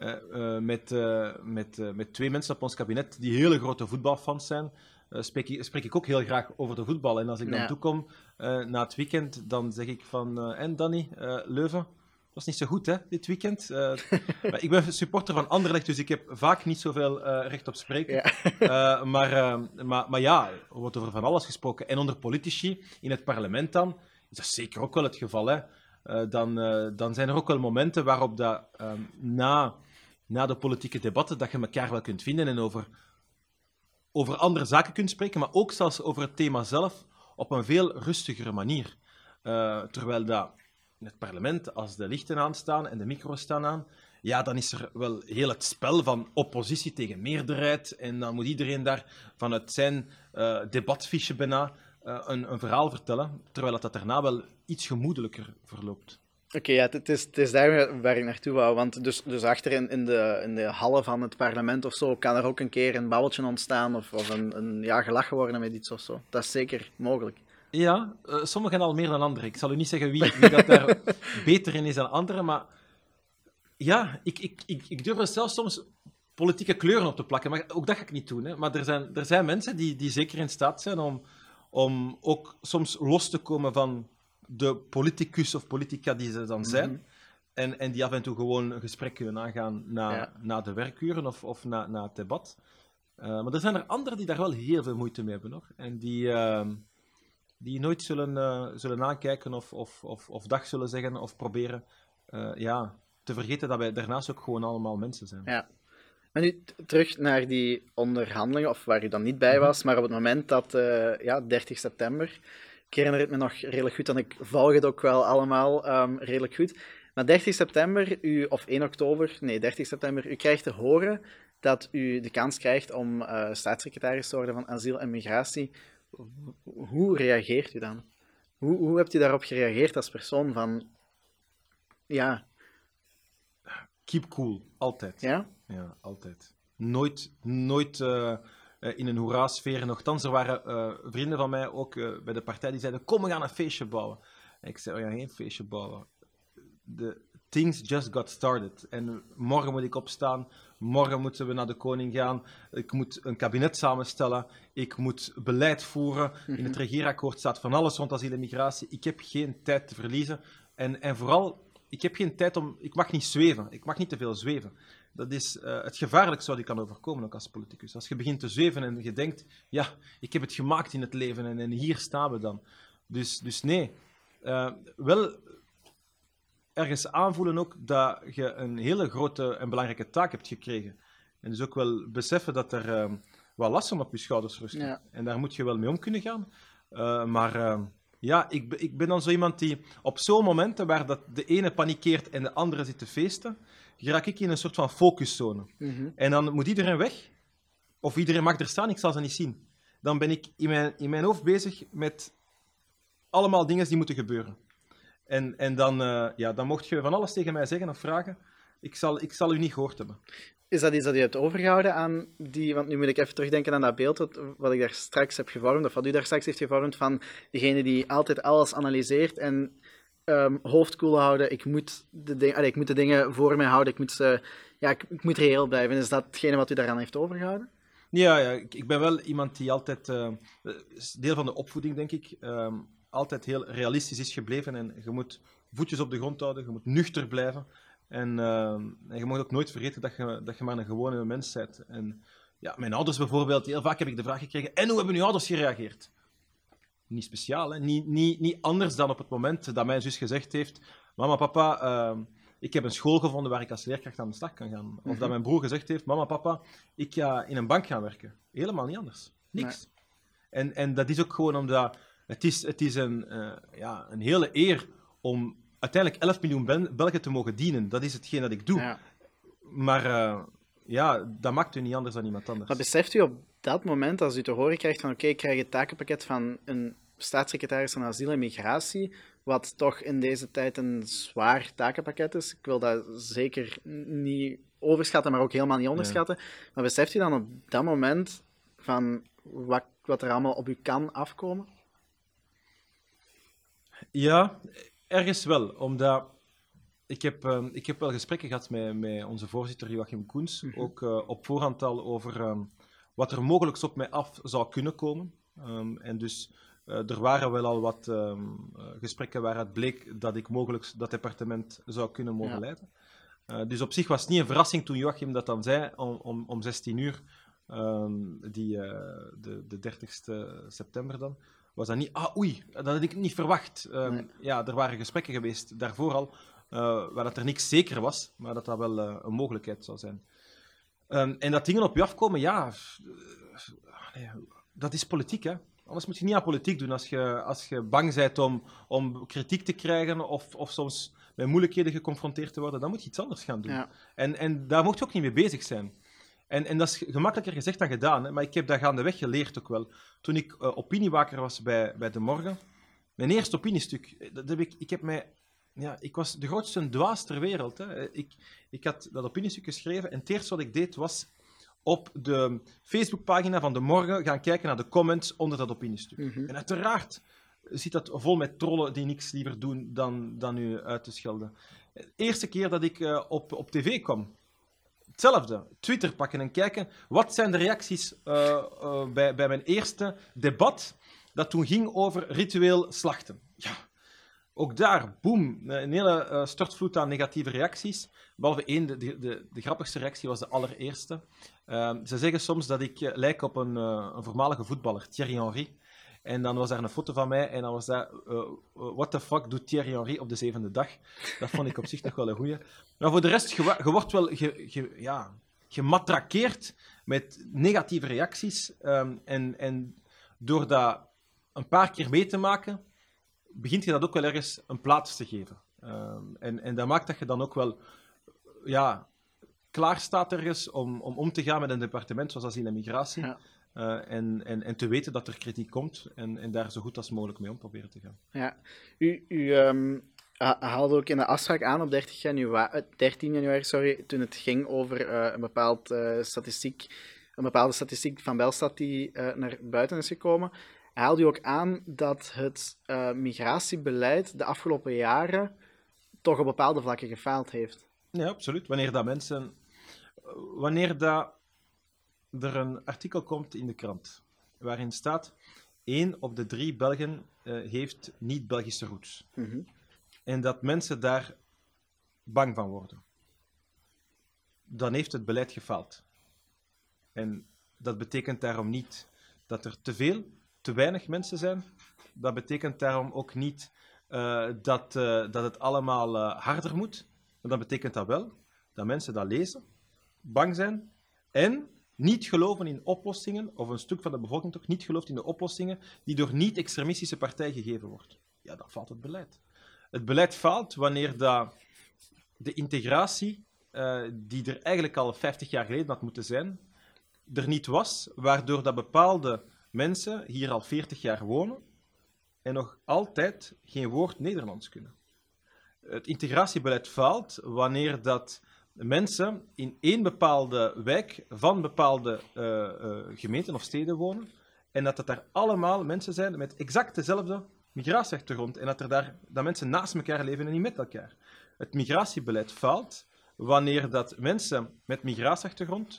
Met 2 mensen op ons kabinet die hele grote voetbalfans zijn. Spreek ik ook heel graag over de voetbal. En als ik dan toekom na het weekend, dan zeg ik van... en Danny, Leuven... Dat was niet zo goed, hè, dit weekend. Maar ik ben supporter van Anderlecht, dus ik heb vaak niet zoveel recht op spreken. Ja. Maar ja, er wordt over van alles gesproken. En onder politici, in het parlement dan, is dat zeker ook wel het geval. Hè. Dan zijn er ook wel momenten waarop dat, na de politieke debatten dat je elkaar wel kunt vinden en over andere zaken kunt spreken, maar ook zelfs over het thema zelf op een veel rustigere manier. Terwijl dat... in het parlement, als de lichten aanstaan en de micro's staan aan, ja, dan is er wel heel het spel van oppositie tegen meerderheid en dan moet iedereen daar vanuit zijn debatfiche bijna een verhaal vertellen, terwijl dat daarna wel iets gemoedelijker verloopt. Oké, ja, het is daar waar ik naartoe wou, want dus achter in de hallen van het parlement of zo, kan er ook een keer een babbeltje ontstaan of een gelachen worden met iets of zo. Dat is zeker mogelijk. Ja, sommigen al meer dan anderen. Ik zal u niet zeggen wie dat daar beter in is dan anderen, maar ja, ik durf er zelfs soms politieke kleuren op te plakken, maar ook dat ga ik niet doen. Hè. Maar er zijn mensen die zeker in staat zijn om ook soms los te komen van de politicus of politica die ze dan zijn, en die af en toe gewoon een gesprek kunnen aangaan na de werkuren of na het debat. Maar er zijn er anderen die daar wel heel veel moeite mee hebben, hoor. En die nooit zullen aankijken of dag zullen zeggen of proberen te vergeten dat wij daarnaast ook gewoon allemaal mensen zijn. Ja. Maar nu terug naar die onderhandelingen, of waar u dan niet bij was, maar op het moment dat, 30 september, ik herinner het me nog redelijk goed, en ik volg het ook wel allemaal redelijk goed, Maar 30 september, of 1 oktober, nee, 30 september, u krijgt te horen dat u de kans krijgt om staatssecretaris te worden van asiel en migratie. Hoe reageert u dan? Hoe hebt u daarop gereageerd als persoon van... Ja. Keep cool, altijd. Ja? Ja, altijd. Nooit in een hoera-sfeer. Nochtans, er waren vrienden van mij ook bij de partij die zeiden: kom, we gaan een feestje bouwen. En ik zei: we gaan geen feestje bouwen. The things just got started. En morgen moet ik opstaan. Morgen moeten we naar de koning gaan. Ik moet een kabinet samenstellen. Ik moet beleid voeren. In het regeerakkoord staat van alles rond asiel en migratie. Ik heb geen tijd te verliezen. En vooral, ik heb geen tijd om... Ik mag niet zweven. Ik mag niet te veel zweven. Dat is het gevaarlijkste wat je kan overkomen, ook als politicus. Als je begint te zweven en je denkt: ja, ik heb het gemaakt in het leven en hier staan we dan. Dus nee. Wel ergens aanvoelen ook dat je een hele grote en belangrijke taak hebt gekregen. En dus ook wel beseffen dat er wat lasten op je schouders rusten. Ja. En daar moet je wel mee om kunnen gaan. Ja, ik ben dan zo iemand die op zo'n momenten waar dat de ene panikeert en de andere zit te feesten, raak ik in een soort van focuszone. En dan moet iedereen weg, of iedereen mag er staan, ik zal ze niet zien. Dan ben ik in mijn hoofd bezig met allemaal dingen die moeten gebeuren. En dan mocht je van alles tegen mij zeggen of vragen. Ik zal u niet gehoord hebben. Is dat iets dat u hebt overgehouden aan die... Want nu moet ik even terugdenken aan dat beeld wat ik daar straks heb gevormd, of wat u daar straks heeft gevormd, van degene die altijd alles analyseert en hoofd koel houden. Ik moet de dingen voor mij houden. Ik moet reëel blijven. Is dat hetgene wat u daaraan heeft overgehouden? Ja, ik ben wel iemand die altijd... deel van de opvoeding, denk ik. Altijd heel realistisch is gebleven. En je moet voetjes op de grond houden. Je moet nuchter blijven. En je mag ook nooit vergeten dat je maar een gewone mens bent. En ja, mijn ouders bijvoorbeeld, heel vaak heb ik de vraag gekregen: en hoe hebben uw ouders gereageerd? Niet speciaal, hè? Niet anders dan op het moment dat mijn zus gezegd heeft: mama, papa, ik heb een school gevonden waar ik als leerkracht aan de slag kan gaan. Of dat mijn broer gezegd heeft: mama, papa, ik ga in een bank gaan werken. Helemaal niet anders. Niks. Nee. En dat is ook gewoon omdat het is een hele eer om uiteindelijk 11 miljoen Belgen te mogen dienen. Dat is hetgeen dat ik doe. Ja. Maar dat maakt u niet anders dan iemand anders. Maar beseft u op dat moment, als u te horen krijgt van oké, ik krijg het takenpakket van een staatssecretaris van asiel en migratie, wat toch in deze tijd een zwaar takenpakket is. Ik wil dat zeker niet overschatten, maar ook helemaal niet onderschatten. Ja. Maar beseft u dan op dat moment van wat er allemaal op u kan afkomen? Ja, ergens wel. Omdat ik heb wel gesprekken gehad met onze voorzitter Joachim Koens, ook op voorhand al over wat er mogelijk op mij af zou kunnen komen. En dus er waren wel al wat gesprekken waaruit bleek dat ik mogelijk dat departement zou kunnen mogen leiden. Dus op zich was het niet een verrassing toen Joachim dat dan zei om 16 uur, de 30 september dan. Was dat niet... oei, dat had ik niet verwacht. Nee. Ja, er waren gesprekken geweest daarvoor al, waar dat er niks zeker was, maar dat dat wel een mogelijkheid zou zijn. En dat dingen op je afkomen, dat is politiek, hè. Anders moet je niet aan politiek doen als je bang bent om kritiek te krijgen of soms met moeilijkheden geconfronteerd te worden. Dan moet je iets anders gaan doen. Ja. En daar mocht je ook niet mee bezig zijn. En dat is gemakkelijker gezegd dan gedaan, hè? Maar ik heb dat gaandeweg geleerd ook wel. Toen ik opiniewaker was bij De Morgen, mijn eerste opiniestuk, ik was de grootste dwaas ter wereld. Hè? Ik had dat opiniestuk geschreven en het eerste wat ik deed was op de Facebookpagina van De Morgen gaan kijken naar de comments onder dat opiniestuk. En uiteraard zit dat vol met trollen die niks liever doen dan u uit te schelden. De eerste keer dat ik op tv kwam, hetzelfde. Twitter pakken en kijken. Wat zijn de reacties bij mijn eerste debat dat toen ging over ritueel slachten? Ja, ook daar, boem, een hele stortvloed aan negatieve reacties. Behalve één, de grappigste reactie was de allereerste. Ze zeggen soms dat ik lijk op een voormalige voetballer, Thierry Henry. En dan was daar een foto van mij en dan was dat what the fuck doet Thierry Henry op de 7e dag? Dat vond ik op zich nog wel een goeie. Maar voor de rest, je wordt wel gematrakeerd met negatieve reacties. En door dat een paar keer mee te maken, begint je dat ook wel ergens een plaats te geven. En dat maakt dat je dan ook wel klaar staat ergens om te gaan met een departement zoals asiel en migratie. Ja. En te weten dat er kritiek komt en daar zo goed als mogelijk mee om proberen te gaan. Ja. U haalde ook in de afspraak aan op 13 januari, toen het ging over een bepaalde statistiek van Belstat die naar buiten is gekomen. Haalde u ook aan dat het migratiebeleid de afgelopen jaren toch op bepaalde vlakken gefaald heeft? Ja, absoluut. Wanneer dat er een artikel komt in de krant waarin staat 1 op de 3 Belgen heeft niet-Belgische roots. Mhm. En dat mensen daar bang van worden. Dan heeft het beleid gefaald. En dat betekent daarom niet dat er te weinig mensen zijn. Dat betekent daarom ook niet dat het allemaal harder moet. Maar dan betekent dat wel dat mensen dat lezen, bang zijn en niet geloven in oplossingen, of een stuk van de bevolking toch niet gelooft in de oplossingen die door niet-extremistische partijen gegeven wordt. Ja, dan faalt het beleid. Het beleid faalt wanneer de integratie, die er eigenlijk al 50 jaar geleden had moeten zijn, er niet was, waardoor dat bepaalde mensen hier al 40 jaar wonen en nog altijd geen woord Nederlands kunnen. Het integratiebeleid faalt wanneer dat mensen in één bepaalde wijk van bepaalde gemeenten of steden wonen en dat daar allemaal mensen zijn met exact dezelfde migratieachtergrond en dat mensen naast elkaar leven en niet met elkaar. Het migratiebeleid faalt wanneer dat mensen met migratieachtergrond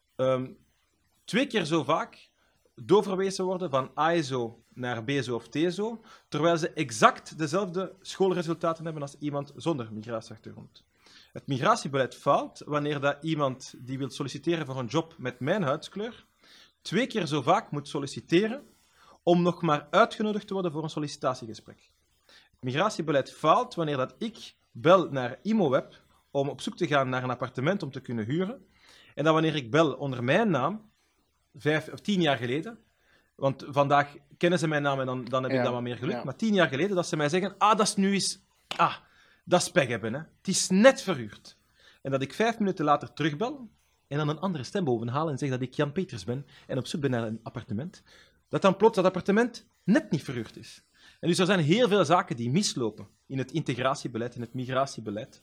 2 keer zo vaak doorverwezen worden van ASO naar BSO of TSO, terwijl ze exact dezelfde schoolresultaten hebben als iemand zonder migratieachtergrond. Het migratiebeleid faalt wanneer dat iemand die wil solliciteren voor een job met mijn huidskleur 2 keer zo vaak moet solliciteren om nog maar uitgenodigd te worden voor een sollicitatiegesprek. Het migratiebeleid faalt wanneer dat ik bel naar ImoWeb om op zoek te gaan naar een appartement om te kunnen huren en dat wanneer ik bel onder mijn naam 5 of 10 jaar geleden, want vandaag kennen ze mijn naam en dan heb ik dan wat meer geluk, maar 10 jaar geleden dat ze mij zeggen, dat is nu eens, dat is pech hebben, hè. Het is net verhuurd. En dat ik 5 minuten later terugbel en dan een andere stem bovenhaal en zeg dat ik Jan Peters ben en op zoek ben naar een appartement, dat dan plots dat appartement net niet verhuurd is. En dus er zijn heel veel zaken die mislopen in het integratiebeleid, in het migratiebeleid.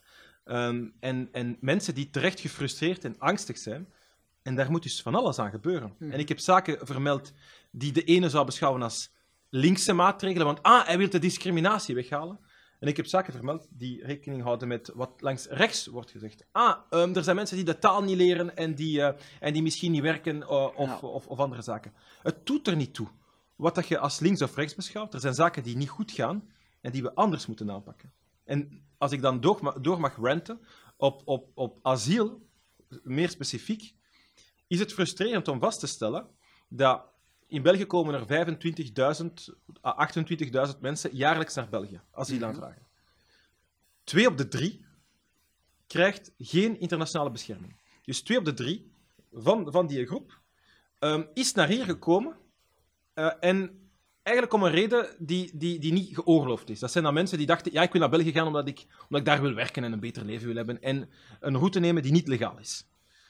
En mensen die terecht gefrustreerd en angstig zijn. En daar moet dus van alles aan gebeuren. En ik heb zaken vermeld die de ene zou beschouwen als linkse maatregelen, want hij wil de discriminatie weghalen. En ik heb zaken vermeld die rekening houden met wat langs rechts wordt gezegd. Er zijn mensen die de taal niet leren en die misschien niet werken of andere zaken. Het doet er niet toe wat dat je als links of rechts beschouwt. Er zijn zaken die niet goed gaan en die we anders moeten aanpakken. En als ik dan door mag ranten op asiel, meer specifiek, is het frustrerend om vast te stellen dat in België komen er 25.000 à 28.000 mensen jaarlijks naar België, asiel aanvragen. 2 op de 3 krijgt geen internationale bescherming. Dus 2 op de 3 van die groep is naar hier gekomen en eigenlijk om een reden die niet geoorloofd is. Dat zijn dan mensen die dachten, ik wil naar België gaan omdat ik daar wil werken en een beter leven wil hebben en een route nemen die niet legaal is.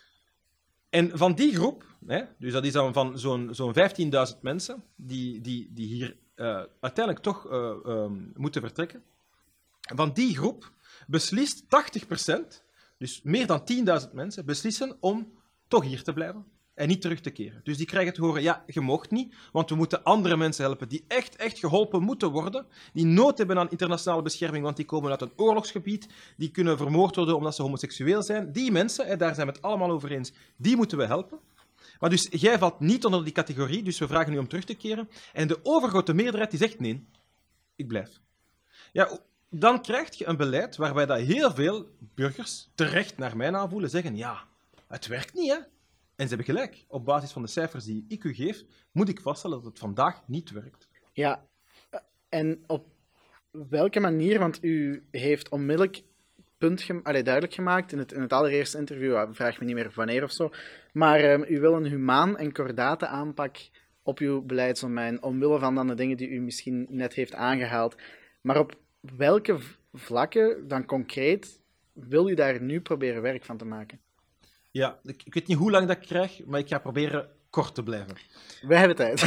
En van die groep, dus dat is dan van zo'n 15.000 mensen die hier uiteindelijk toch moeten vertrekken, van die groep beslist 80%, dus meer dan 10.000 mensen, beslissen om toch hier te blijven en niet terug te keren. Dus die krijgen te horen, je moogt niet, want we moeten andere mensen helpen die echt geholpen moeten worden, die nood hebben aan internationale bescherming, want die komen uit een oorlogsgebied, die kunnen vermoord worden omdat ze homoseksueel zijn. Die mensen, daar zijn we het allemaal over eens, die moeten we helpen. Maar dus jij valt niet onder die categorie, dus we vragen u om terug te keren. En de overgrote meerderheid die zegt, nee, ik blijf. Ja, dan krijg je een beleid waarbij dat heel veel burgers terecht naar mijn aanvoelen zeggen, het werkt niet, hè. En ze hebben gelijk. Op basis van de cijfers die ik u geef, moet ik vaststellen dat het vandaag niet werkt. Ja, en op welke manier? Want u heeft onmiddellijk duidelijk gemaakt in het allereerste interview, vraag me niet meer wanneer of zo, maar u wil een humaan en kordate aanpak op uw beleidsdomein, omwille van dan de dingen die u misschien net heeft aangehaald. Maar op welke vlakken dan concreet wil u daar nu proberen werk van te maken? Ja, ik weet niet hoe lang dat ik krijg, maar ik ga proberen kort te blijven. Wij hebben tijd.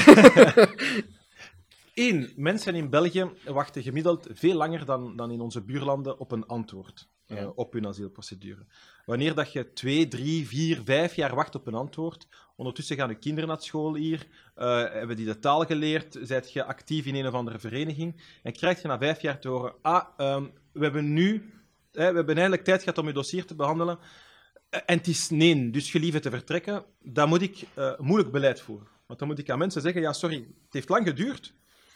1. Mensen in België wachten gemiddeld veel langer dan in onze buurlanden op een antwoord op hun asielprocedure. Wanneer dat je 2, 3, 4, 5 jaar wacht op een antwoord, ondertussen gaan je kinderen naar school hier, hebben die de taal geleerd, zijt je actief in een of andere vereniging, en krijg je na 5 jaar te horen, we hebben eindelijk tijd gehad om je dossier te behandelen, en het is nee, dus gelieve te vertrekken, dan moet ik moeilijk beleid voeren. Want dan moet ik aan mensen zeggen, ja sorry, het heeft lang geduurd,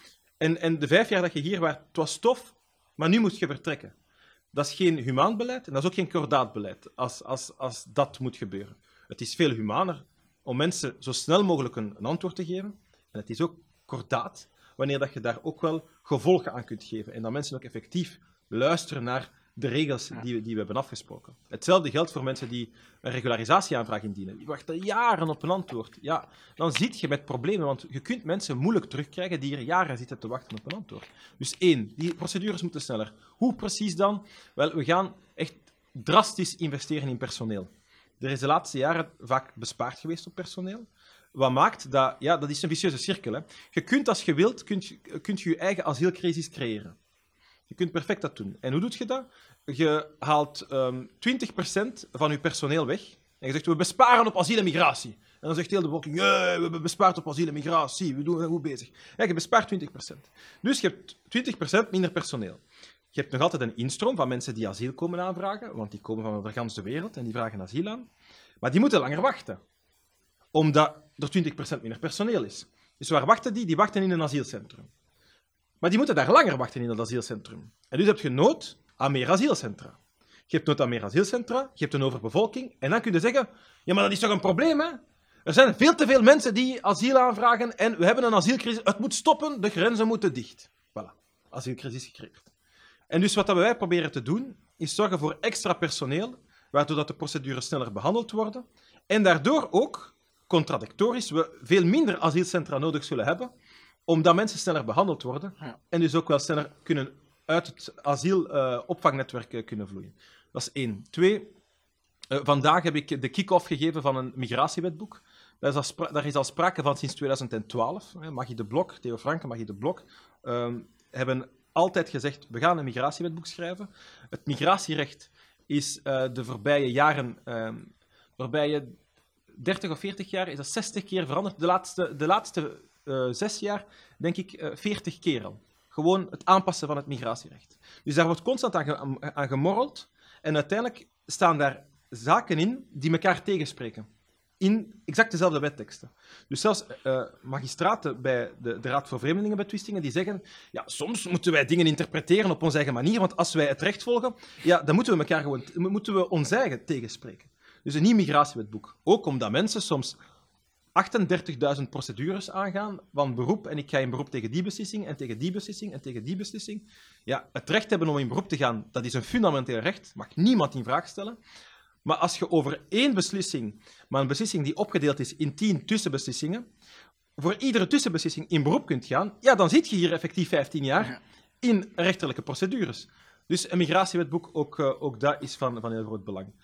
en de 5 jaar dat je hier was, het was tof, maar nu moet je vertrekken. Dat is geen humaan beleid en dat is ook geen kordaat beleid als dat moet gebeuren. Het is veel humaner om mensen zo snel mogelijk een antwoord te geven. En het is ook kordaat wanneer dat je daar ook wel gevolgen aan kunt geven. En dat mensen ook effectief luisteren naar de regels die we hebben afgesproken. Hetzelfde geldt voor mensen die een regularisatieaanvraag indienen. Die wachten jaren op een antwoord. Ja, dan zit je met problemen, want je kunt mensen moeilijk terugkrijgen die er jaren zitten te wachten op een antwoord. Dus 1, die procedures moeten sneller. Hoe precies dan? Wel, we gaan echt drastisch investeren in personeel. Er is de laatste jaren vaak bespaard geweest op personeel. Wat maakt dat... Ja, dat is een vicieuze cirkel. Hè. Je kunt, als je wilt, kunt je eigen asielcrisis creëren. Je kunt perfect dat doen. En hoe doe je dat? Je haalt 20% van je personeel weg. En je zegt, we besparen op asiel en migratie. En dan zegt heel de bevolking, we hebben bespaard op asiel en migratie. We zijn goed bezig. Ja, je bespaart 20%. Dus je hebt 20% minder personeel. Je hebt nog altijd een instroom van mensen die asiel komen aanvragen, want die komen van de hele wereld en die vragen asiel aan. Maar die moeten langer wachten. Omdat er 20% minder personeel is. Dus waar wachten die? Die wachten in een asielcentrum. Maar die moeten daar langer wachten in het asielcentrum. En dus heb je nood aan meer asielcentra. Je hebt nood aan meer asielcentra, je hebt een overbevolking, en dan kun je zeggen, ja, maar dat is toch een probleem, hè? Er zijn veel te veel mensen die asiel aanvragen en we hebben een asielcrisis. Het moet stoppen, de grenzen moeten dicht. Voilà, asielcrisis gecreëerd. En dus wat wij proberen te doen, is zorgen voor extra personeel, waardoor dat de procedures sneller behandeld worden, en daardoor ook, contradictorisch, we veel minder asielcentra nodig zullen hebben, omdat mensen sneller behandeld worden en dus ook wel sneller kunnen uit het asielopvangnetwerk kunnen vloeien. Dat is 1. 2, vandaag heb ik de kick-off gegeven van een migratiewetboek. Daar is al sprake van sinds 2012. Magie de Blok, Theo Franke, Magie de Blok, hebben altijd gezegd, we gaan een migratiewetboek schrijven. Het migratierecht is de voorbije jaren, voorbije 30 of 40 jaar, is dat 60 keer veranderd. De laatste 6 jaar, denk ik, 40 keer al. Gewoon het aanpassen van het migratierecht. Dus daar wordt constant aan gemorreld. En uiteindelijk staan daar zaken in die elkaar tegenspreken. In exact dezelfde wetteksten. Dus zelfs magistraten bij de Raad voor Vreemdelingenbetwistingen die zeggen, ja, soms moeten wij dingen interpreteren op onze eigen manier, want als wij het recht volgen, ja, dan moeten we ons eigen tegenspreken. Dus een nieuw migratiewetboek. Ook omdat mensen soms 38.000 procedures aangaan van beroep en ik ga in beroep tegen die beslissing en tegen die beslissing en tegen die beslissing. Ja, het recht hebben om in beroep te gaan, dat is een fundamenteel recht, mag niemand in vraag stellen. Maar als je over 1 beslissing, maar een beslissing die opgedeeld is in 10 tussenbeslissingen, voor iedere tussenbeslissing in beroep kunt gaan, ja, dan zit je hier effectief 15 jaar in rechterlijke procedures. Dus een migratiewetboek, ook dat is van heel groot belang.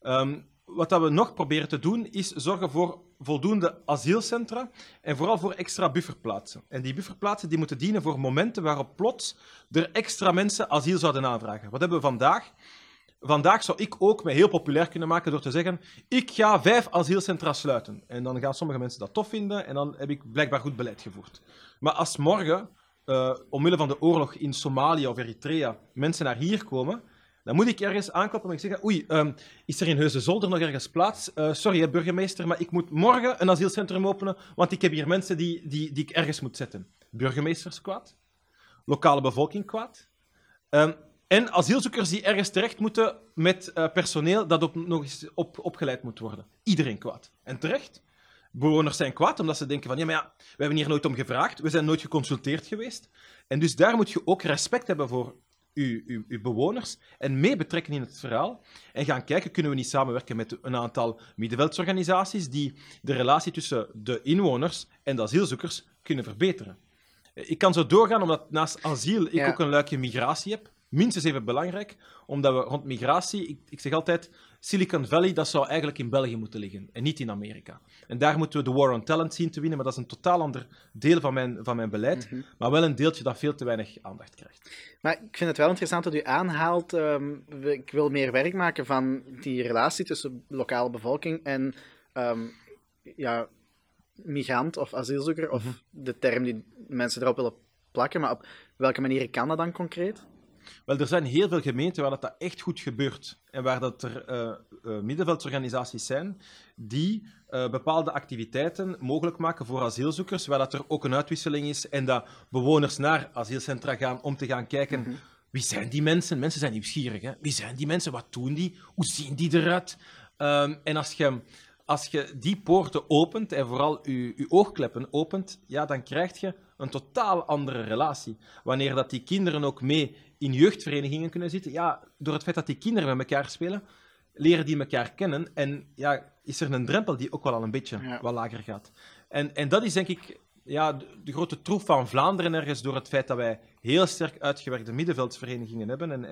Wat we nog proberen te doen, is zorgen voor voldoende asielcentra en vooral voor extra bufferplaatsen. En die bufferplaatsen die moeten dienen voor momenten waarop plots er extra mensen asiel zouden aanvragen. Wat hebben we vandaag? Vandaag zou ik ook mij heel populair kunnen maken door te zeggen, ik ga 5 asielcentra sluiten. En dan gaan sommige mensen dat tof vinden en dan heb ik blijkbaar goed beleid gevoerd. Maar als morgen, omwille van de oorlog in Somalië of Eritrea, mensen naar hier komen, dan moet ik ergens aankloppen en zeggen, oei, is er in Heusden-Zolder nog ergens plaats? Sorry, burgemeester, maar ik moet morgen een asielcentrum openen, want ik heb hier mensen die ik ergens moet zetten. Burgemeesters kwaad. Lokale bevolking kwaad. En asielzoekers die ergens terecht moeten met personeel dat nog eens opgeleid moet worden. Iedereen kwaad. En terecht. Bewoners zijn kwaad omdat ze denken van, ja, maar ja, we hebben hier nooit om gevraagd, we zijn nooit geconsulteerd geweest. En dus daar moet je ook respect hebben voor uw bewoners en mee betrekken in het verhaal en gaan kijken, kunnen we niet samenwerken met een aantal middenveldsorganisaties die de relatie tussen de inwoners en de asielzoekers kunnen verbeteren. Ik kan zo doorgaan, omdat naast asiel ik ook een luikje migratie heb. minstens even belangrijk, omdat we rond migratie, ik zeg altijd, Silicon Valley, dat zou eigenlijk in België moeten liggen en niet in Amerika. En daar moeten we de war on talent zien te winnen, maar dat is een totaal ander deel van mijn beleid, maar wel een deeltje dat veel te weinig aandacht krijgt. Maar ik vind het wel interessant dat u aanhaalt, ik wil meer werk maken van die relatie tussen lokale bevolking en migrant of asielzoeker, of de term die mensen erop willen plakken, maar op welke manier kan dat dan concreet? Wel, er zijn heel veel gemeenten waar dat echt goed gebeurt en waar dat er middenveldsorganisaties zijn die bepaalde activiteiten mogelijk maken voor asielzoekers, waar dat er ook een uitwisseling is en dat bewoners naar asielcentra gaan om te gaan kijken wie zijn die mensen? Mensen zijn nieuwsgierig, hè? Wie zijn die mensen? Wat doen die? Hoe zien die eruit? En als je die poorten opent en vooral je oogkleppen opent, ja, dan krijg je een totaal andere relatie. Wanneer dat die kinderen ook mee in jeugdverenigingen kunnen zitten, ja, door het feit dat die kinderen met elkaar spelen, leren die elkaar kennen en ja, is er een drempel die ook wel al een beetje wat lager gaat. En dat is denk ik de grote troef van Vlaanderen ergens door het feit dat wij heel sterk uitgewerkte middenveldsverenigingen hebben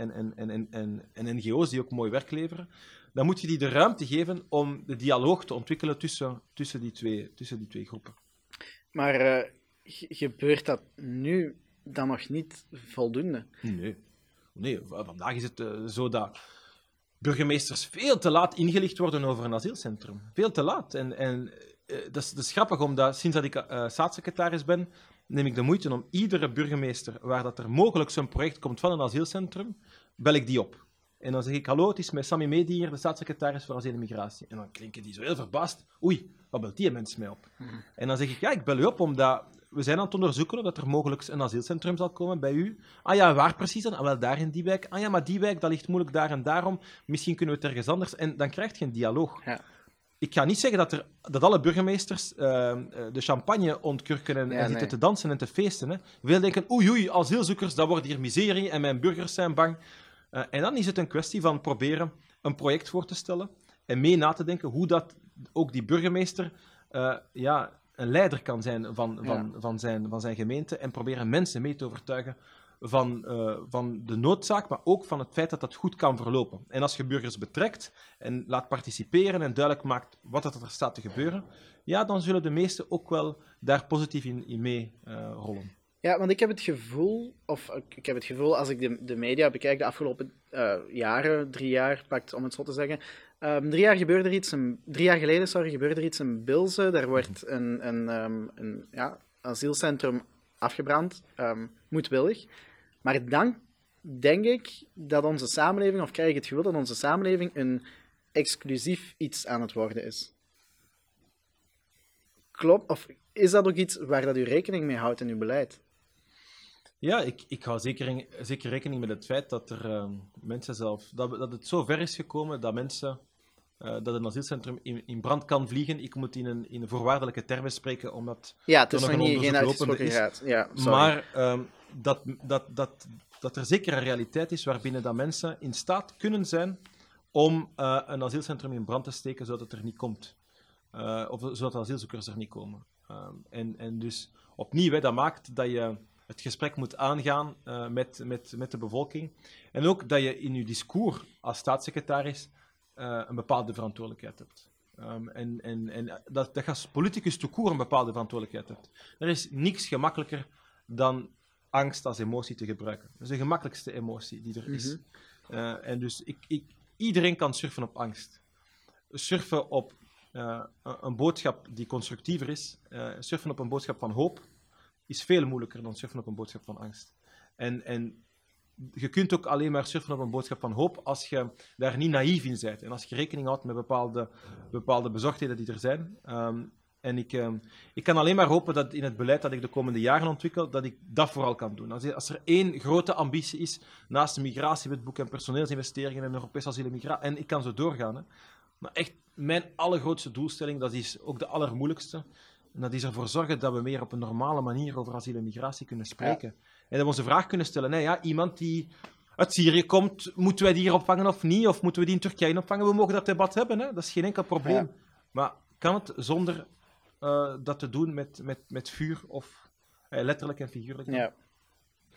en NGO's die ook mooi werk leveren. Dan moet je die de ruimte geven om de dialoog te ontwikkelen tussen die twee groepen. Maar gebeurt dat nu dan nog niet voldoende? Nee, vandaag is het zo dat burgemeesters veel te laat ingelicht worden over een asielcentrum. Veel te laat. En dat is grappig, omdat sinds dat ik staatssecretaris ben, neem ik de moeite om iedere burgemeester waar dat er mogelijk zo'n project komt van een asielcentrum, bel ik die op. En dan zeg ik, hallo, het is met Sammy Medi hier, de staatssecretaris voor asiel en migratie. En dan klinken die zo heel verbaasd. Oei, wat belt die mens mij op? En dan zeg ik, ja, ik bel u op omdat we zijn aan het onderzoeken of dat er mogelijk een asielcentrum zal komen bij u. Ah ja, waar precies dan? Ah, wel, daar in die wijk. Ah ja, maar die wijk, dat ligt moeilijk daar en daarom. Misschien kunnen we het ergens anders. En dan krijg je een dialoog. Ja. Ik ga niet zeggen dat alle burgemeesters de champagne ontkurken en zitten te dansen en te feesten. Hè. Veel denken, oei, asielzoekers, dat wordt hier miserie en mijn burgers zijn bang. En dan is het een kwestie van proberen een project voor te stellen en mee na te denken hoe dat ook die burgemeester een leider kan zijn van zijn gemeente en proberen mensen mee te overtuigen van de noodzaak, maar ook van het feit dat dat goed kan verlopen. En als je burgers betrekt en laat participeren en duidelijk maakt wat er staat te gebeuren, ja, dan zullen de meesten ook wel daar positief in mee rollen. Ja, want ik heb het gevoel als ik de media bekijk de afgelopen jaren, 3 jaar pakt, om het zo te zeggen. 3 jaar geleden gebeurde er iets in Bilze. Daar wordt een asielcentrum afgebrand, moedwillig. Maar dan denk ik dat onze samenleving, of krijg ik het gevoel dat onze samenleving een exclusief iets aan het worden is. Klopt? Of is dat ook iets waar dat u rekening mee houdt in uw beleid? Ja, ik hou zeker rekening met het feit dat er mensen zelf... Dat het zo ver is gekomen dat mensen... dat een asielcentrum in brand kan vliegen. Ik moet in voorwaardelijke termen spreken, omdat het is nog geen uitgesproken raad. Ja, maar dat er zeker een realiteit is waarbinnen dat mensen in staat kunnen zijn om een asielcentrum in brand te steken, zodat het er niet komt. Of zodat asielzoekers er niet komen. En dus opnieuw, dat maakt dat je het gesprek moet aangaan met de bevolking. En ook dat je in je discours als staatssecretaris een bepaalde verantwoordelijkheid hebt. En dat je als politicus tout court een bepaalde verantwoordelijkheid hebt. Er is niks gemakkelijker dan angst als emotie te gebruiken. Dat is de gemakkelijkste emotie die er is. En dus iedereen kan surfen op angst. Surfen op een boodschap die constructiever is, surfen op een boodschap van hoop, is veel moeilijker dan surfen op een boodschap van angst. En je kunt ook alleen maar surfen op een boodschap van hoop als je daar niet naïef in bent en als je rekening houdt met bepaalde bezorgdheden die er zijn. En ik kan alleen maar hopen dat in het beleid dat ik de komende jaren ontwikkel, dat ik dat vooral kan doen. Als er één grote ambitie is, naast een migratiewetboek en personeelsinvesteringen en Europees asiel en migratie, en ik kan zo doorgaan, hè. Maar echt, mijn allergrootste doelstelling, dat is ook de allermoeilijkste, en dat is ervoor zorgen dat we meer op een normale manier over asiel en migratie kunnen spreken. Ja. En dat we onze vraag kunnen stellen, iemand die uit Syrië komt, moeten wij die hier opvangen of niet? Of moeten we die in Turkije opvangen? We mogen dat debat hebben, hè? Dat is geen enkel probleem. Ja. Maar kan het zonder dat te doen met vuur of letterlijk en figuurlijk? Ja.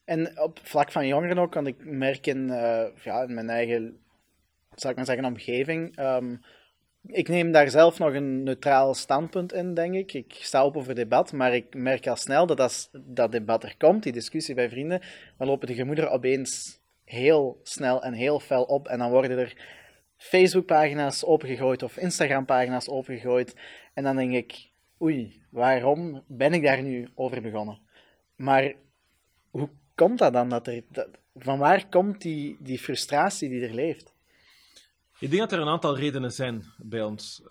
En op vlak van jongeren ook, want ik merk in mijn eigen, zou ik maar zeggen, omgeving. Ik neem daar zelf nog een neutraal standpunt in, denk ik. Ik sta op over debat, maar ik merk al snel dat als dat debat er komt, die discussie bij vrienden, dan lopen de gemoederen opeens heel snel en heel fel op. En dan worden er Facebook-pagina's opengegooid of Instagram-pagina's opengegooid. En dan denk ik, oei, waarom ben ik daar nu over begonnen? Maar hoe komt dat dan? Van waar komt die frustratie die er leeft? Ik denk dat er een aantal redenen zijn bij ons.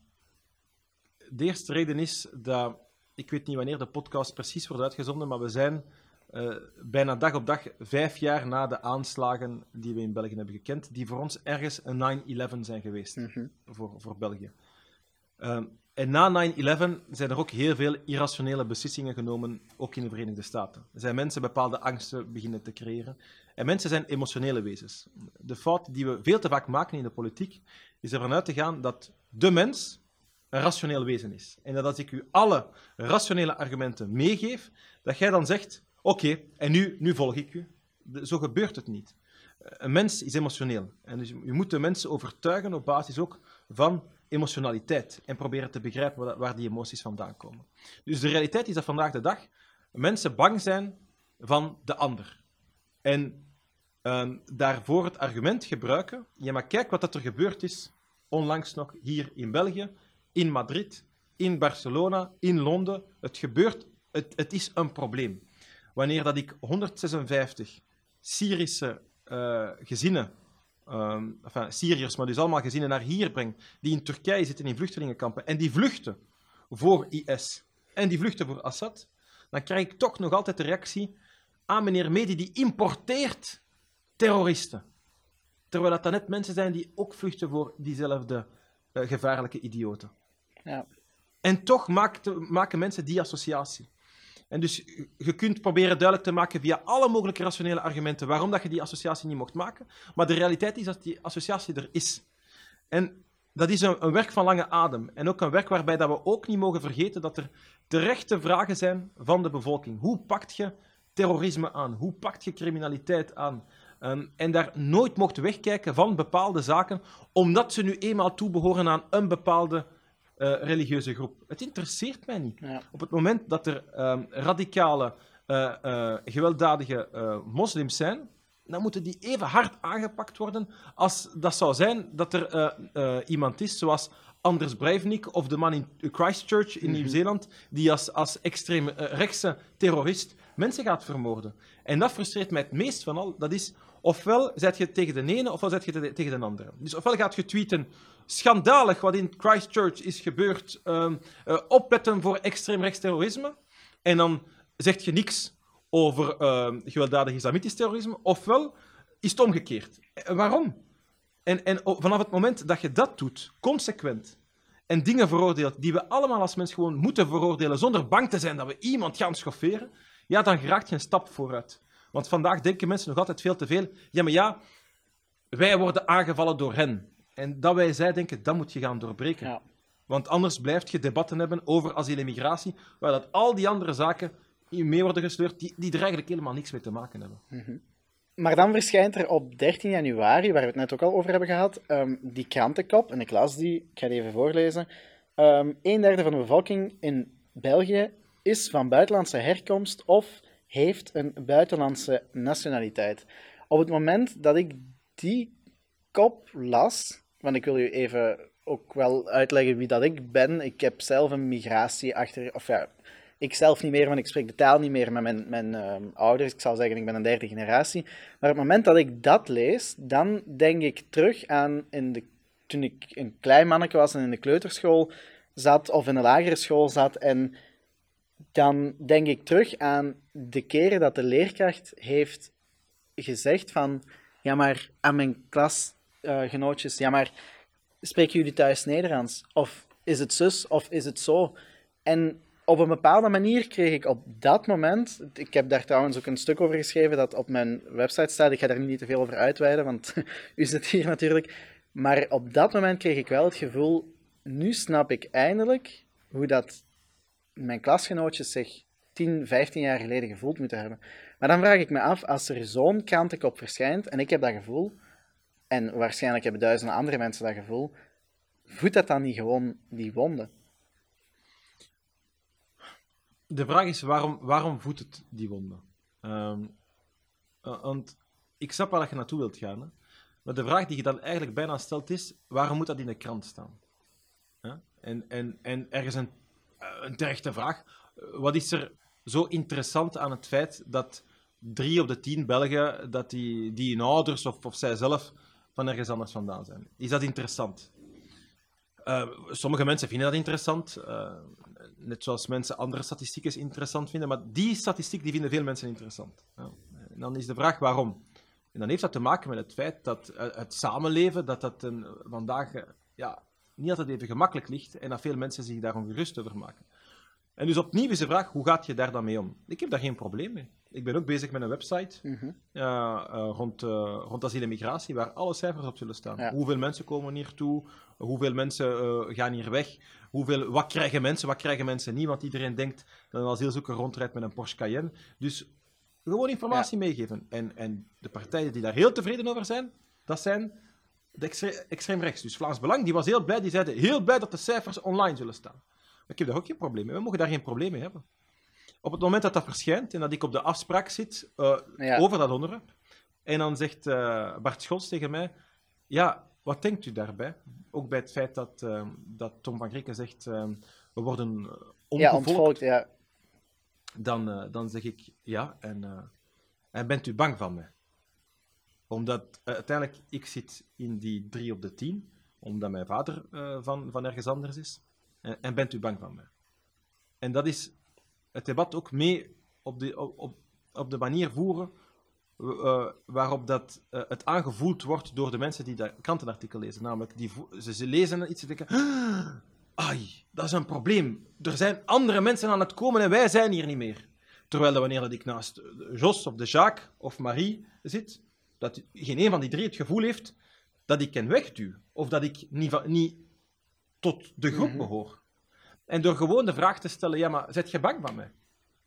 De eerste reden is dat, ik weet niet wanneer de podcast precies wordt uitgezonden, maar we zijn bijna dag op dag 5 jaar na de aanslagen die we in België hebben gekend, die voor ons ergens een 9/11 zijn geweest, voor België. En na 9/11 zijn er ook heel veel irrationele beslissingen genomen, ook in de Verenigde Staten. Er zijn mensen bepaalde angsten beginnen te creëren. En mensen zijn emotionele wezens. De fout die we veel te vaak maken in de politiek, is ervan uit te gaan dat de mens een rationeel wezen is. En dat als ik u alle rationele argumenten meegeef, dat jij dan zegt, oké, en nu volg ik u. Zo gebeurt het niet. Een mens is emotioneel. En dus je moet de mensen overtuigen op basis ook van emotionaliteit en proberen te begrijpen waar die emoties vandaan komen. Dus de realiteit is dat vandaag de dag mensen bang zijn van de ander. En daarvoor het argument gebruiken, ja, maar kijk wat er gebeurd is onlangs nog hier in België, in Madrid, in Barcelona, in Londen. Het gebeurt, het is een probleem. Wanneer dat ik 156 Syrische gezinnen, Syriërs, maar dus allemaal gezinnen naar hier breng, die in Turkije zitten in vluchtelingenkampen, en die vluchten voor IS en die vluchten voor Assad, dan krijg ik toch nog altijd de reactie, meneer Mehdi, die importeert terroristen. Terwijl dat dan net mensen zijn die ook vluchten voor diezelfde gevaarlijke idioten. Ja. En toch maken mensen die associatie. En dus je kunt proberen duidelijk te maken via alle mogelijke rationele argumenten waarom dat je die associatie niet mocht maken. Maar de realiteit is dat die associatie er is. En dat is een werk van lange adem. En ook een werk waarbij dat we ook niet mogen vergeten dat er terechte vragen zijn van de bevolking. Hoe pakt je terrorisme aan? Hoe pakt je criminaliteit aan? En daar nooit mocht wegkijken van bepaalde zaken, omdat ze nu eenmaal toebehoren aan een bepaalde religieuze groep. Het interesseert mij niet. Ja. Op het moment dat er radicale, gewelddadige moslims zijn, dan moeten die even hard aangepakt worden als dat zou zijn dat er iemand is, zoals Anders Breivik of de man in Christchurch in Nieuw-Zeeland, die als extreem rechtse terrorist mensen gaat vermoorden. En dat frustreert mij het meest van al. Dat is, ofwel zet je tegen de ene, ofwel zet je tegen de andere. Dus ofwel gaat je tweeten, schandalig wat in Christchurch is gebeurd, opletten voor extreem rechtsterrorisme, en dan zeg je niks over gewelddadig islamitisch terrorisme, ofwel is het omgekeerd. Waarom? En vanaf het moment dat je dat doet, consequent, en dingen veroordeelt die we allemaal als mens gewoon moeten veroordelen, zonder bang te zijn dat we iemand gaan schofferen, ja, dan geraakt je een stap vooruit. Want vandaag denken mensen nog altijd veel te veel, wij worden aangevallen door hen. En dat wij denken, dat moet je gaan doorbreken. Ja. Want anders blijf je debatten hebben over asiel en migratie, waar dat al die andere zaken mee worden gesleurd, die er eigenlijk helemaal niks mee te maken hebben. Maar dan verschijnt er op 13 januari, waar we het net ook al over hebben gehad, die krantenkop, en ik las die, ik ga die even voorlezen. 1/3 van de bevolking in België is van buitenlandse herkomst of heeft een buitenlandse nationaliteit. Op het moment dat ik die kop las, want ik wil u even ook wel uitleggen wie dat ik ben. Ik heb zelf een migratie achter, of ja, ik zelf niet meer, want ik spreek de taal niet meer met mijn ouders. Ik zal zeggen, ik ben een 3e generatie. Maar op het moment dat ik dat lees, dan denk ik terug aan toen ik een klein manneke was en in de kleuterschool zat, of in de lagere school zat, en dan denk ik terug aan de keren dat de leerkracht heeft gezegd van, ja maar, aan mijn klasgenootjes, ja maar, spreken jullie thuis Nederlands? Of is het zus, of is het zo? En op een bepaalde manier kreeg ik op dat moment, ik heb daar trouwens ook een stuk over geschreven dat op mijn website staat, ik ga daar niet te veel over uitweiden, want u zit hier natuurlijk, maar op dat moment kreeg ik wel het gevoel, nu snap ik eindelijk hoe dat mijn klasgenootjes zich 10, 15 jaar geleden gevoeld moeten hebben. Maar dan vraag ik me af, als er zo'n krantenkop verschijnt, en ik heb dat gevoel, en waarschijnlijk hebben duizenden andere mensen dat gevoel, voedt dat dan niet gewoon die wonden? De vraag is, waarom voedt het die wonden? Want ik snap waar je naartoe wilt gaan. Hè? Maar de vraag die je dan eigenlijk bijna stelt is, waarom moet dat in de krant staan? Ja? En ergens een terechte vraag. Wat is er zo interessant aan het feit dat 3 op de 10 Belgen, dat die hun ouders of zij zelf van ergens anders vandaan zijn? Is dat interessant? Sommige mensen vinden dat interessant. Net zoals mensen andere statistieken interessant vinden. Maar die statistiek die vinden veel mensen interessant. Ja. En dan is de vraag waarom. En dan heeft dat te maken met het feit dat het samenleven, dat vandaag niet altijd even gemakkelijk ligt en dat veel mensen zich daar ongerust over maken. En dus opnieuw is de vraag, hoe gaat je daar dan mee om? Ik heb daar geen probleem mee. Ik ben ook bezig met een website rond asiel en migratie, waar alle cijfers op zullen staan. Ja. Hoeveel mensen komen hier toe? Hoeveel mensen gaan hier weg? Wat krijgen mensen niet? Want iedereen denkt dat een asielzoeker rondrijdt met een Porsche Cayenne. Dus gewoon informatie meegeven. En de partijen die daar heel tevreden over zijn, dat zijn de extreem rechts. Dus Vlaams Belang, die was heel blij. Die zeiden heel blij dat de cijfers online zullen staan. Maar ik heb daar ook geen probleem mee. We mogen daar geen probleem mee hebben. Op het moment dat dat verschijnt en dat ik op de afspraak zit over dat onderwerp, en dan zegt Bart Scholz tegen mij, ja, wat denkt u daarbij? Ook bij het feit dat Tom van Grieken zegt, we worden omgevolkt. Ja. Dan zeg ik, ja, en bent u bang van mij? Omdat uiteindelijk, ik zit in die 3 op de 10, omdat mijn vader van ergens anders is. En bent u bang van mij? En dat is het debat ook mee op de manier voeren waarop dat, het aangevoeld wordt door de mensen die dat krantenartikel lezen. Namelijk, ze lezen iets en denken, ai, dat is een probleem. Er zijn andere mensen aan het komen en wij zijn hier niet meer. Terwijl dat wanneer ik naast Jos of de Jacques of Marie zit, dat geen een van die 3 het gevoel heeft dat ik hen wegduw. Of dat ik niet tot de groep behoor. En door gewoon de vraag te stellen, ja, maar zet je bang van mij?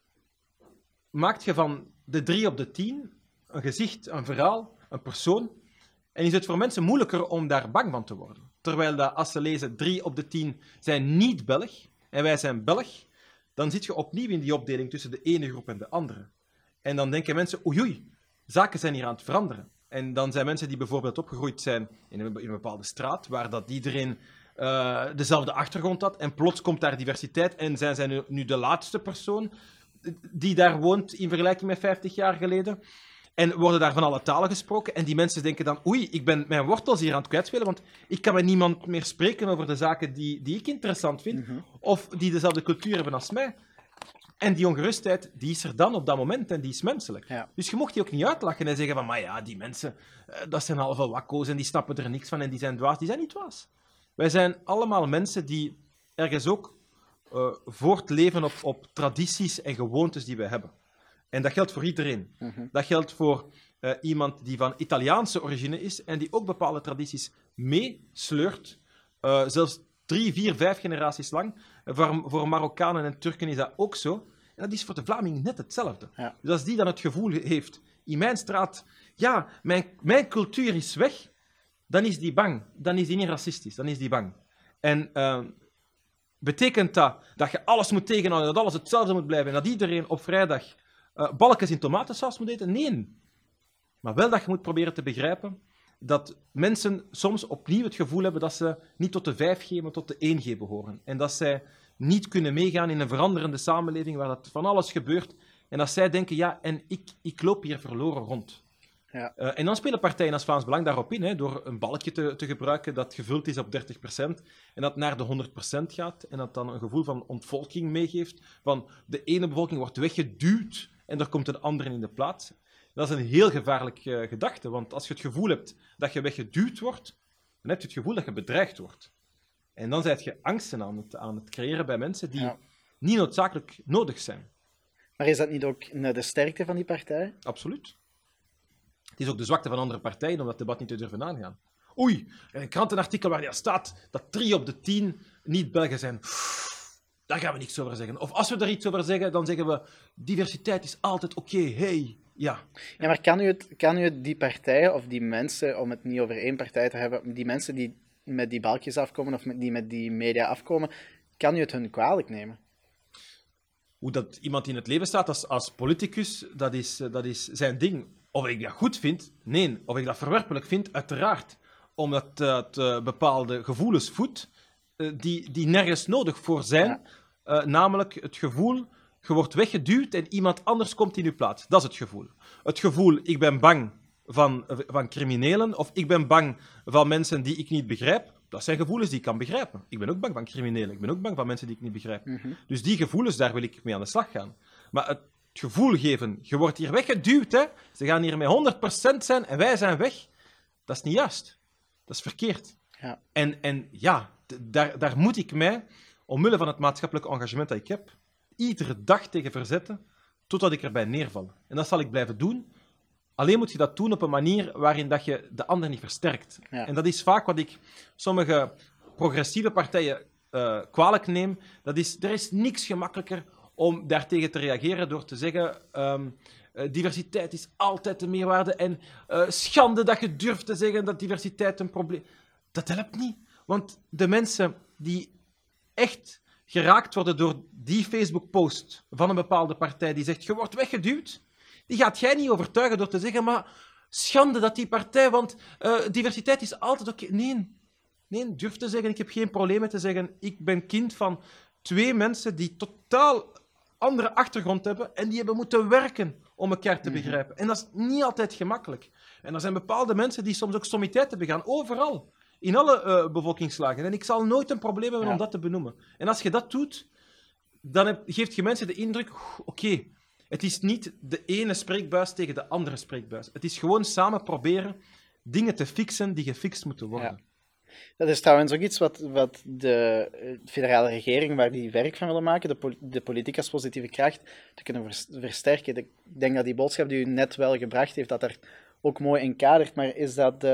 Maakt je van de 3 op de 10 een gezicht, een verhaal, een persoon? En is het voor mensen moeilijker om daar bang van te worden? Terwijl dat, als ze lezen 3 op de 10 zijn niet Belg, en wij zijn Belg, dan zit je opnieuw in die opdeling tussen de ene groep en de andere. En dan denken mensen, oei, zaken zijn hier aan het veranderen. En dan zijn mensen die bijvoorbeeld opgegroeid zijn in een bepaalde straat, waar dat iedereen dezelfde achtergrond had, en plots komt daar diversiteit, en zijn zij nu de laatste persoon die daar woont in vergelijking met 50 jaar geleden. En worden daar van alle talen gesproken. En die mensen denken dan, oei, ik ben mijn wortels hier aan het kwijtspelen, want ik kan met niemand meer spreken over de zaken die ik interessant vind, of die dezelfde cultuur hebben als mij. En die ongerustheid, die is er dan op dat moment en die is menselijk. Ja. Dus je mocht die ook niet uitlachen en zeggen van, maar ja, die mensen, dat zijn halve wakko's en die snappen er niks van en die zijn dwaas. Die zijn niet dwaas. Wij zijn allemaal mensen die ergens ook voortleven op tradities en gewoontes die we hebben. En dat geldt voor iedereen. Dat geldt voor iemand die van Italiaanse origine is en die ook bepaalde tradities meesleurt, zelfs 3, 4, 5 generaties lang. Voor Marokkanen en Turken is dat ook zo. En dat is voor de Vlaming net hetzelfde. Ja. Dus als die dan het gevoel heeft, in mijn straat, ja, mijn cultuur is weg, dan is die bang. Dan is die niet racistisch, dan is die bang. En betekent dat je alles moet tegenhouden, dat alles hetzelfde moet blijven en dat iedereen op vrijdag balkjes in tomatensaus moet eten? Nee. Maar wel dat je moet proberen te begrijpen dat mensen soms opnieuw het gevoel hebben dat ze niet tot de 5G, maar tot de 1G behoren. En dat zij niet kunnen meegaan in een veranderende samenleving waar dat van alles gebeurt. En dat zij denken, ja, en ik loop hier verloren rond. Ja. En dan spelen partijen als Vlaams Belang daarop in, door een balkje te gebruiken dat gevuld is op 30% en dat naar de 100% gaat en dat dan een gevoel van ontvolking meegeeft, van de ene bevolking wordt weggeduwd en er komt een andere in de plaats. Dat is een heel gevaarlijk gedachte, want als je het gevoel hebt dat je weggeduwd wordt, dan heb je het gevoel dat je bedreigd wordt. En dan zet je angsten aan het creëren bij mensen die niet noodzakelijk nodig zijn. Maar is dat niet ook de sterkte van die partij? Absoluut. Het is ook de zwakte van andere partijen om dat debat niet te durven aangaan. Oei, een krantenartikel waar staat dat 3 op de 10 niet-Belgen zijn. daar gaan we niks over zeggen. Of als we er iets over zeggen, dan zeggen we, diversiteit is altijd oké, hey, ja. Ja, maar kan u het die partijen of die mensen, om het niet over één partij te hebben, die mensen die met die balkjes afkomen of die met die media afkomen, kan u het hun kwalijk nemen? Hoe dat iemand in het leven staat als politicus, dat is zijn ding. Of ik dat goed vind? Nee. Of ik dat verwerpelijk vind? Uiteraard. Omdat het bepaalde gevoelens voedt die nergens nodig voor zijn. Ja. Namelijk het gevoel, je wordt weggeduwd en iemand anders komt in je plaats. Dat is het gevoel. Het gevoel, ik ben bang van criminelen of ik ben bang van mensen die ik niet begrijp. Dat zijn gevoelens die ik kan begrijpen. Ik ben ook bang van criminelen. Ik ben ook bang van mensen die ik niet begrijp. Mm-hmm. Dus die gevoelens, daar wil ik mee aan de slag gaan. Maar het gevoel geven, je wordt hier weggeduwd, hè? Ze gaan hier met 100% zijn en wij zijn weg. Dat is niet juist. Dat is verkeerd. Ja. En ja, daar moet ik mij, omwille van het maatschappelijk engagement dat ik heb, iedere dag tegen verzetten, totdat ik erbij neerval. En dat zal ik blijven doen. Alleen moet je dat doen op een manier waarin dat je de ander niet versterkt. Ja. En dat is vaak wat ik sommige progressieve partijen kwalijk neem. Er is niks gemakkelijker om daartegen te reageren door te zeggen diversiteit is altijd de meerwaarde en schande dat je durft te zeggen dat diversiteit een probleem is. Dat helpt niet. Want de mensen die echt geraakt worden door die Facebook-post van een bepaalde partij die zegt je wordt weggeduwd, die gaat jij niet overtuigen door te zeggen, maar schande dat die partij, want diversiteit is altijd oké. Nee, durf te zeggen, ik heb geen probleem met te zeggen, ik ben kind van 2 mensen die totaal andere achtergrond hebben en die hebben moeten werken om elkaar te begrijpen. En dat is niet altijd gemakkelijk. En er zijn bepaalde mensen die soms ook sommiteiten begaan, overal, in alle bevolkingslagen. En ik zal nooit een probleem hebben om dat te benoemen. En als je dat doet, dan geeft je mensen de indruk, oké, het is niet de ene spreekbuis tegen de andere spreekbuis. Het is gewoon samen proberen dingen te fixen die gefixt moeten worden. Ja. Dat is trouwens ook iets wat de federale regering, waar die werk van willen maken, de politiek als positieve kracht, te kunnen versterken. Ik denk dat die boodschap die u net wel gebracht heeft, dat er ook mooi in kadert, maar is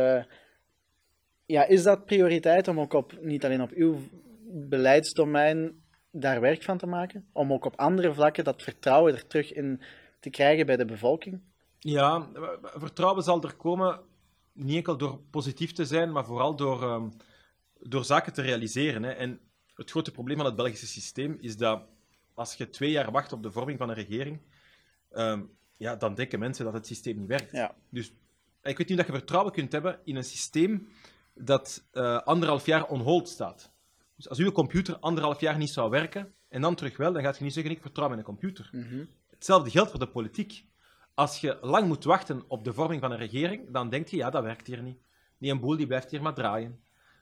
dat prioriteit om ook niet alleen op uw beleidsdomein daar werk van te maken? Om ook op andere vlakken dat vertrouwen er terug in te krijgen bij de bevolking? Ja, vertrouwen zal er komen, niet enkel door positief te zijn, maar vooral door zaken te realiseren. Hè. En het grote probleem van het Belgische systeem is dat als je 2 jaar wacht op de vorming van een regering, dan denken mensen dat het systeem niet werkt. Ja. Dus ik weet niet dat je vertrouwen kunt hebben in een systeem dat 1,5 jaar on hold staat. Dus als uw computer 1,5 jaar niet zou werken, en dan terug wel, dan gaat je niet zeggen, ik vertrouw in een computer. Mm-hmm. Hetzelfde geldt voor de politiek. Als je lang moet wachten op de vorming van een regering, dan denk je, ja, dat werkt hier niet. Die een boel die blijft hier maar draaien.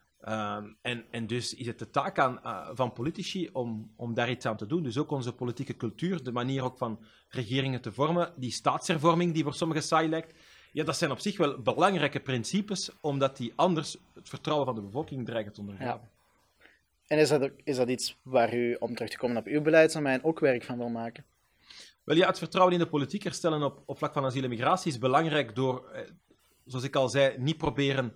En dus is het de taak van politici om daar iets aan te doen. Dus ook onze politieke cultuur, de manier ook van regeringen te vormen, die staatshervorming die voor sommigen saai lijkt, ja, dat zijn op zich wel belangrijke principes, omdat die anders het vertrouwen van de bevolking dreigen te ondergraven. Ja. En is dat iets waar u, om terug te komen op uw beleidstermijn, ook werk van wil maken? Wel ja, het vertrouwen in de politiek herstellen op vlak van asiel en migratie is belangrijk door, zoals ik al zei, niet proberen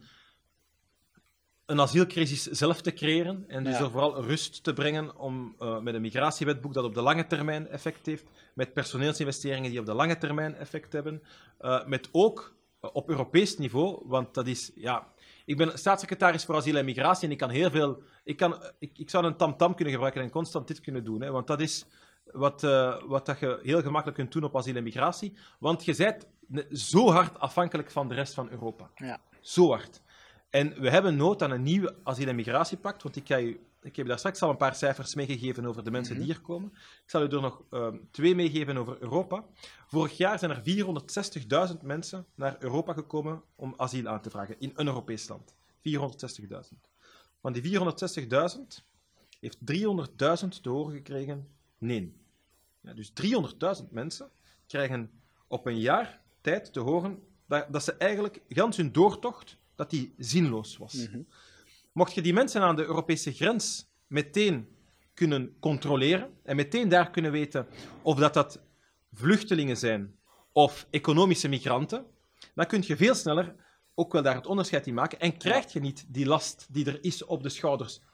een asielcrisis zelf te creëren en dus er vooral rust te brengen om met een migratiewetboek dat op de lange termijn effect heeft, met personeelsinvesteringen die op de lange termijn effect hebben, met ook op Europees niveau, want dat is, ja, ik ben staatssecretaris voor asiel en migratie en ik kan heel veel, ik zou een tamtam kunnen gebruiken en constant dit kunnen doen, hè, want dat is wat dat je heel gemakkelijk kunt doen op asiel en migratie, want je bent zo hard afhankelijk van de rest van Europa. Ja. Zo hard. En we hebben nood aan een nieuw asiel- en migratiepact, want ik heb je daar straks al een paar cijfers meegegeven over de mensen die hier komen. Ik zal u er nog 2 meegeven over Europa. Vorig jaar zijn er 460.000 mensen naar Europa gekomen om asiel aan te vragen, in een Europees land. 460.000. Van die 460.000 heeft 300.000 te horen gekregen nee. Ja, dus 300.000 mensen krijgen op een jaar tijd te horen dat ze eigenlijk gans hun doortocht dat die zinloos was. Mm-hmm. Mocht je die mensen aan de Europese grens meteen kunnen controleren en meteen daar kunnen weten of dat vluchtelingen zijn of economische migranten, dan kun je veel sneller ook wel daar het onderscheid in maken en krijg je niet die last die er is op de schouders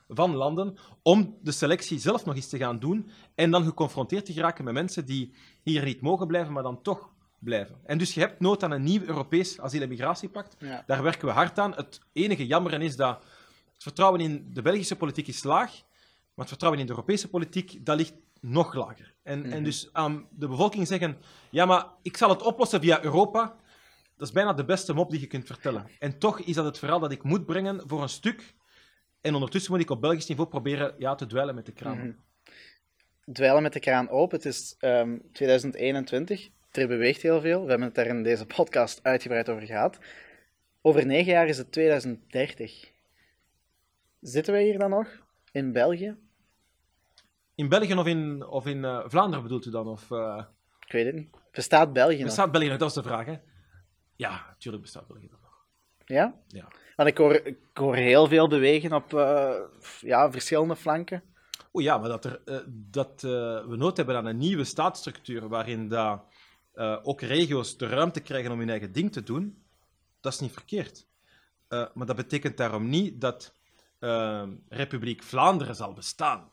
van landen om de selectie zelf nog eens te gaan doen en dan geconfronteerd te geraken met mensen die hier niet mogen blijven, maar dan toch blijven. En dus je hebt nood aan een nieuw Europees asiel- en migratiepact. Ja. Daar werken we hard aan. Het enige jammeren is dat het vertrouwen in de Belgische politiek is laag, maar het vertrouwen in de Europese politiek, dat ligt nog lager. En dus aan de bevolking zeggen, ja, maar ik zal het oplossen via Europa, dat is bijna de beste mop die je kunt vertellen. En toch is dat het verhaal dat ik moet brengen voor een stuk. En ondertussen moet ik op Belgisch niveau proberen te dweilen met de kraan. Dweilen met de kraan open. Het is 2021. Er beweegt heel veel. We hebben het daar in deze podcast uitgebreid over gehad. Over 9 jaar is het 2030. Zitten wij hier dan nog? In België? In België of in Vlaanderen bedoelt u dan? Of, Ik weet het niet. Bestaat België nog? bestaat België nog? Dat is de vraag, hè? Ja, natuurlijk bestaat België nog. Ja? Ja. Want ik hoor heel veel bewegen op verschillende flanken. Ja, maar dat we nood hebben aan een nieuwe staatsstructuur waarin ook regio's de ruimte krijgen om hun eigen ding te doen, dat is niet verkeerd. Maar dat betekent daarom niet dat Republiek Vlaanderen zal bestaan.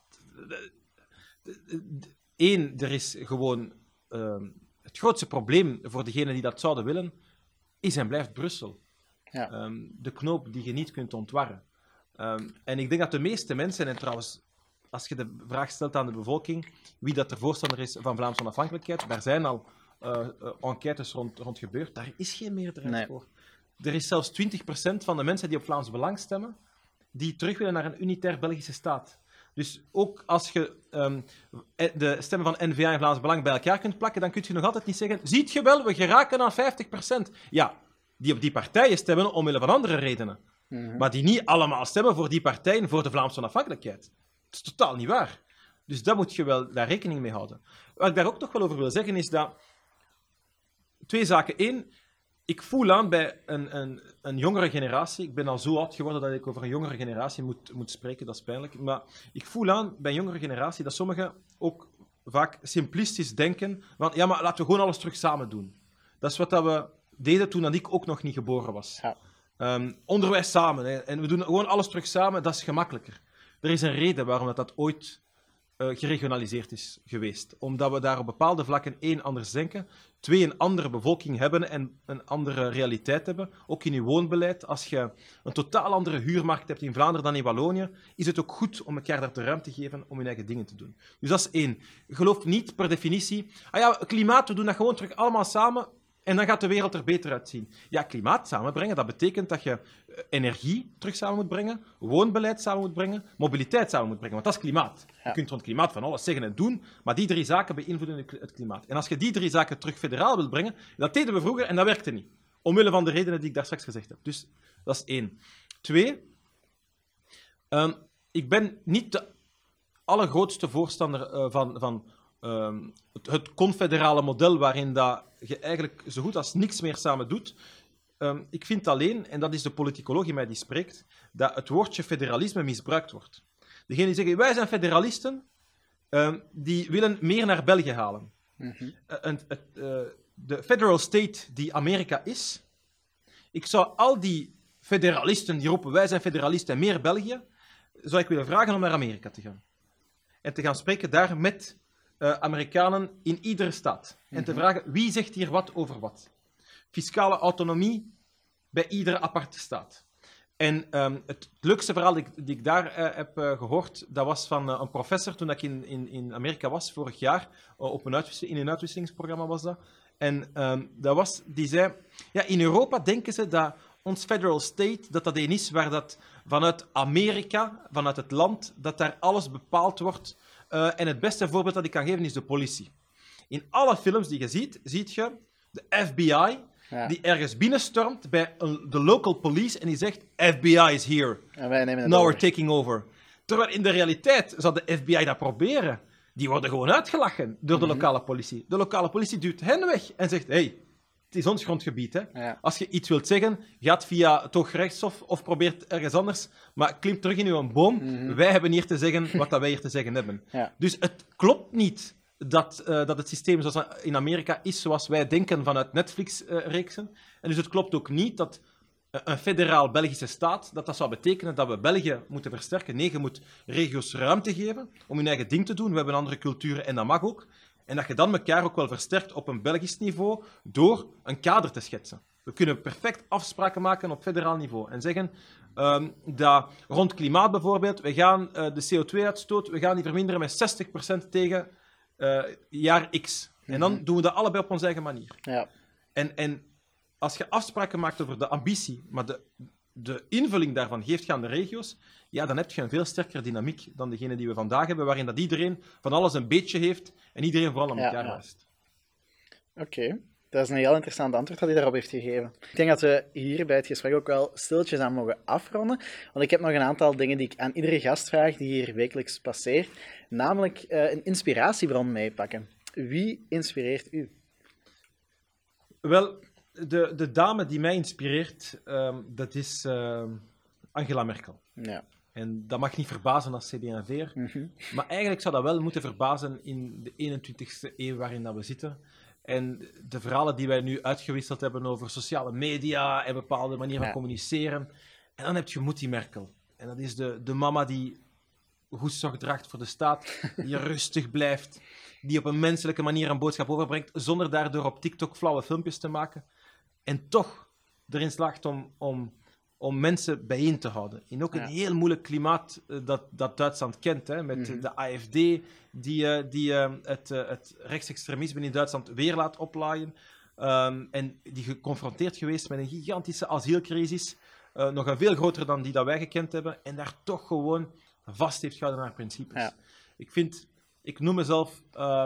Eén, er is gewoon het grootste probleem voor degenen die dat zouden willen, is en blijft Brussel. Ja. De knoop die je niet kunt ontwarren. En ik denk dat de meeste mensen, en trouwens, als je de vraag stelt aan de bevolking wie dat de voorstander is van Vlaamse onafhankelijkheid, daar zijn al enquêtes rond gebeurd, daar is geen meerderheid voor. Er is zelfs 20% van de mensen die op Vlaams Belang stemmen, die terug willen naar een unitair Belgische staat. Dus ook als je de stemmen van N-VA en Vlaams Belang bij elkaar kunt plakken, dan kun je nog altijd niet zeggen, ziet je wel, we geraken aan 50%. Ja, die op die partijen stemmen omwille van andere redenen. Maar die niet allemaal stemmen voor die partijen voor de Vlaamse onafhankelijkheid. Dat is totaal niet waar. Dus daar moet je wel daar rekening mee houden. Wat ik daar ook nog wel over wil zeggen, is dat twee zaken. Eén, ik voel aan bij een jongere generatie, ik ben al zo oud geworden dat ik over een jongere generatie moet spreken, dat is pijnlijk, maar ik voel aan bij een jongere generatie dat sommigen ook vaak simplistisch denken van, ja, maar laten we gewoon alles terug samen doen. Dat is wat dat we deden toen ik ook nog niet geboren was. Ja. Onderwijs samen, hè, en we doen gewoon alles terug samen, dat is gemakkelijker. Er is een reden waarom dat ooit geregionaliseerd is geweest. Omdat we daar op bepaalde vlakken één, anders denken, twee, een andere bevolking hebben en een andere realiteit hebben. Ook in je woonbeleid. Als je een totaal andere huurmarkt hebt in Vlaanderen dan in Wallonië, is het ook goed om elkaar daar de ruimte te geven om hun eigen dingen te doen. Dus dat is één. Geloof niet per definitie, klimaat, we doen dat gewoon terug allemaal samen en dan gaat de wereld er beter uitzien. Ja, klimaat samenbrengen, dat betekent dat je energie terug samen moet brengen, woonbeleid samen moet brengen, mobiliteit samen moet brengen, want dat is klimaat. Ja. Je kunt rond klimaat van alles zeggen en doen, maar die drie zaken beïnvloeden het klimaat. En als je die drie zaken terug federaal wilt brengen, dat deden we vroeger en dat werkte niet. Omwille van de redenen die ik daar straks gezegd heb. Dus dat is één. Twee, ik ben niet de allergrootste voorstander van het confederale model waarin dat je eigenlijk zo goed als niks meer samen doet. Ik vind alleen, en dat is de politicoloog in mij die spreekt, dat het woordje federalisme misbruikt wordt. Degenen die zeggen, wij zijn federalisten, die willen meer naar België halen. De federal state die Amerika is, ik zou al die federalisten die roepen, wij zijn federalisten en meer België, zou ik willen vragen om naar Amerika te gaan. En te gaan spreken daar met Amerikanen in iedere staat. En te vragen, wie zegt hier wat over wat? Fiscale autonomie bij iedere aparte staat. En het leukste verhaal die ik daar heb gehoord, dat was van een professor toen ik in Amerika was, vorig jaar, in een uitwisselingsprogramma was dat. En die zei, ja, in Europa denken ze dat ons federal state, dat een is waar dat vanuit Amerika, vanuit het land, dat daar alles bepaald wordt. En het beste voorbeeld dat ik kan geven is de politie. In alle films die je ziet je de FBI die ergens binnenstormt bij de local police en die zegt, FBI is here. En wij nemen het Now over. we're taking over. Terwijl in de realiteit zou de FBI dat proberen. Die worden gewoon uitgelachen door de lokale politie. De lokale politie duwt hen weg en zegt, hey, het is ons grondgebied. Hè. Ja. Als je iets wilt zeggen, gaat via het Hooggerechtshof of probeert ergens anders, maar klim terug in uw boom. Wij hebben hier te zeggen wat dat wij hier te zeggen hebben. Ja. Dus het klopt niet dat het systeem zoals in Amerika is zoals wij denken vanuit Netflix-reeksen. En dus het klopt ook niet dat een federaal Belgische staat, dat zou betekenen dat we België moeten versterken. Nee, je moet regio's ruimte geven om hun eigen ding te doen. We hebben andere culturen en dat mag ook. En dat je dan elkaar ook wel versterkt op een Belgisch niveau door een kader te schetsen. We kunnen perfect afspraken maken op federaal niveau en zeggen dat rond klimaat bijvoorbeeld, we gaan de CO2-uitstoot we gaan die verminderen met 60% tegen jaar X. En dan doen we dat allebei op onze eigen manier. Ja. En als je afspraken maakt over de ambitie, maar de invulling daarvan geeft je aan de regio's, ja, dan heb je een veel sterkere dynamiek dan degene die we vandaag hebben, waarin dat iedereen van alles een beetje heeft en iedereen vooral aan elkaar wijst. Oké. Dat is een heel interessant antwoord dat hij daarop heeft gegeven. Ik denk dat we hier bij het gesprek ook wel stilletjes aan mogen afronden. Want ik heb nog een aantal dingen die ik aan iedere gast vraag die hier wekelijks passeert. Namelijk een inspiratiebron meepakken. Wie inspireert u? Wel, de dame die mij inspireert, dat is Angela Merkel. Ja. En dat mag niet verbazen als CD&V'er. Maar eigenlijk zou dat wel moeten verbazen in de 21ste eeuw waarin dat we zitten. En de verhalen die wij nu uitgewisseld hebben over sociale media en bepaalde manieren van communiceren. En dan heb je Moetie Merkel. En dat is de mama die goed zorg draagt voor de staat, die rustig blijft, die op een menselijke manier een boodschap overbrengt, zonder daardoor op TikTok flauwe filmpjes te maken. En toch erin slaagt om mensen bijeen te houden. In ook een heel moeilijk klimaat dat Duitsland kent, hè, met de AfD, die het rechtsextremisme in Duitsland weer laat oplaaien. En die geconfronteerd geweest met een gigantische asielcrisis, nog een veel groter dan die dat wij gekend hebben, en daar toch gewoon vast heeft gehouden naar principes. Ja. Ik noem mezelf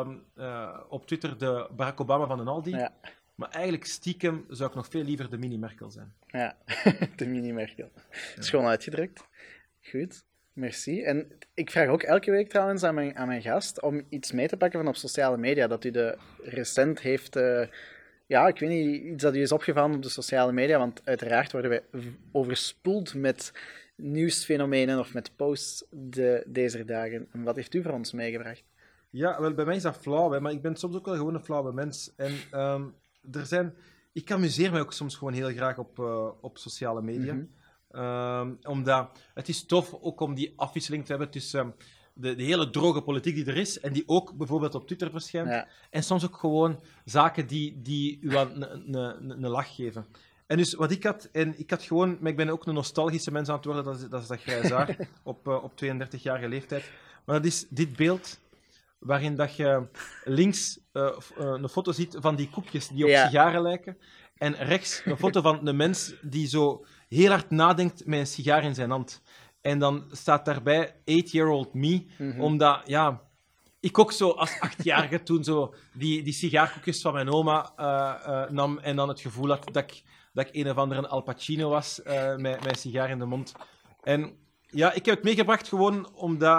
op Twitter de Barack Obama van de Aldi. Ja. Maar eigenlijk stiekem zou ik nog veel liever de mini-Merkel zijn. Ja, de mini-Merkel. Dat is gewoon uitgedrukt. Goed, merci. En ik vraag ook elke week trouwens aan mijn gast om iets mee te pakken van op sociale media. Dat u recent heeft... ik weet niet, iets dat u is opgevallen op de sociale media. Want uiteraard worden wij overspoeld met nieuwsfenomenen of met posts deze dagen. En wat heeft u voor ons meegebracht? Ja, wel, bij mij is dat flauw, hè, maar ik ben soms ook wel gewoon een flauwe mens. En... Ik amuseer me ook soms gewoon heel graag op sociale media. Omdat het is tof ook om die afwisseling te hebben tussen de hele droge politiek die er is en die ook bijvoorbeeld op Twitter verschijnt. Ja. En soms ook gewoon zaken die u een lach geven. En dus wat ik had gewoon... Maar ik ben ook een nostalgische mens aan het worden, dat is dat grijs haar op 32-jarige leeftijd. Maar dat is dit beeld... waarin dat je links een foto ziet van die koekjes die op sigaren lijken. En rechts een foto van een mens die zo heel hard nadenkt met een sigaar in zijn hand. En dan staat daarbij 8-year-old me. Omdat, ik ook zo als 8-jarige toen zo die sigaarkoekjes van mijn oma nam. En dan het gevoel had dat ik een of andere Al Pacino was met een sigaar in de mond. En ja, ik heb het meegebracht gewoon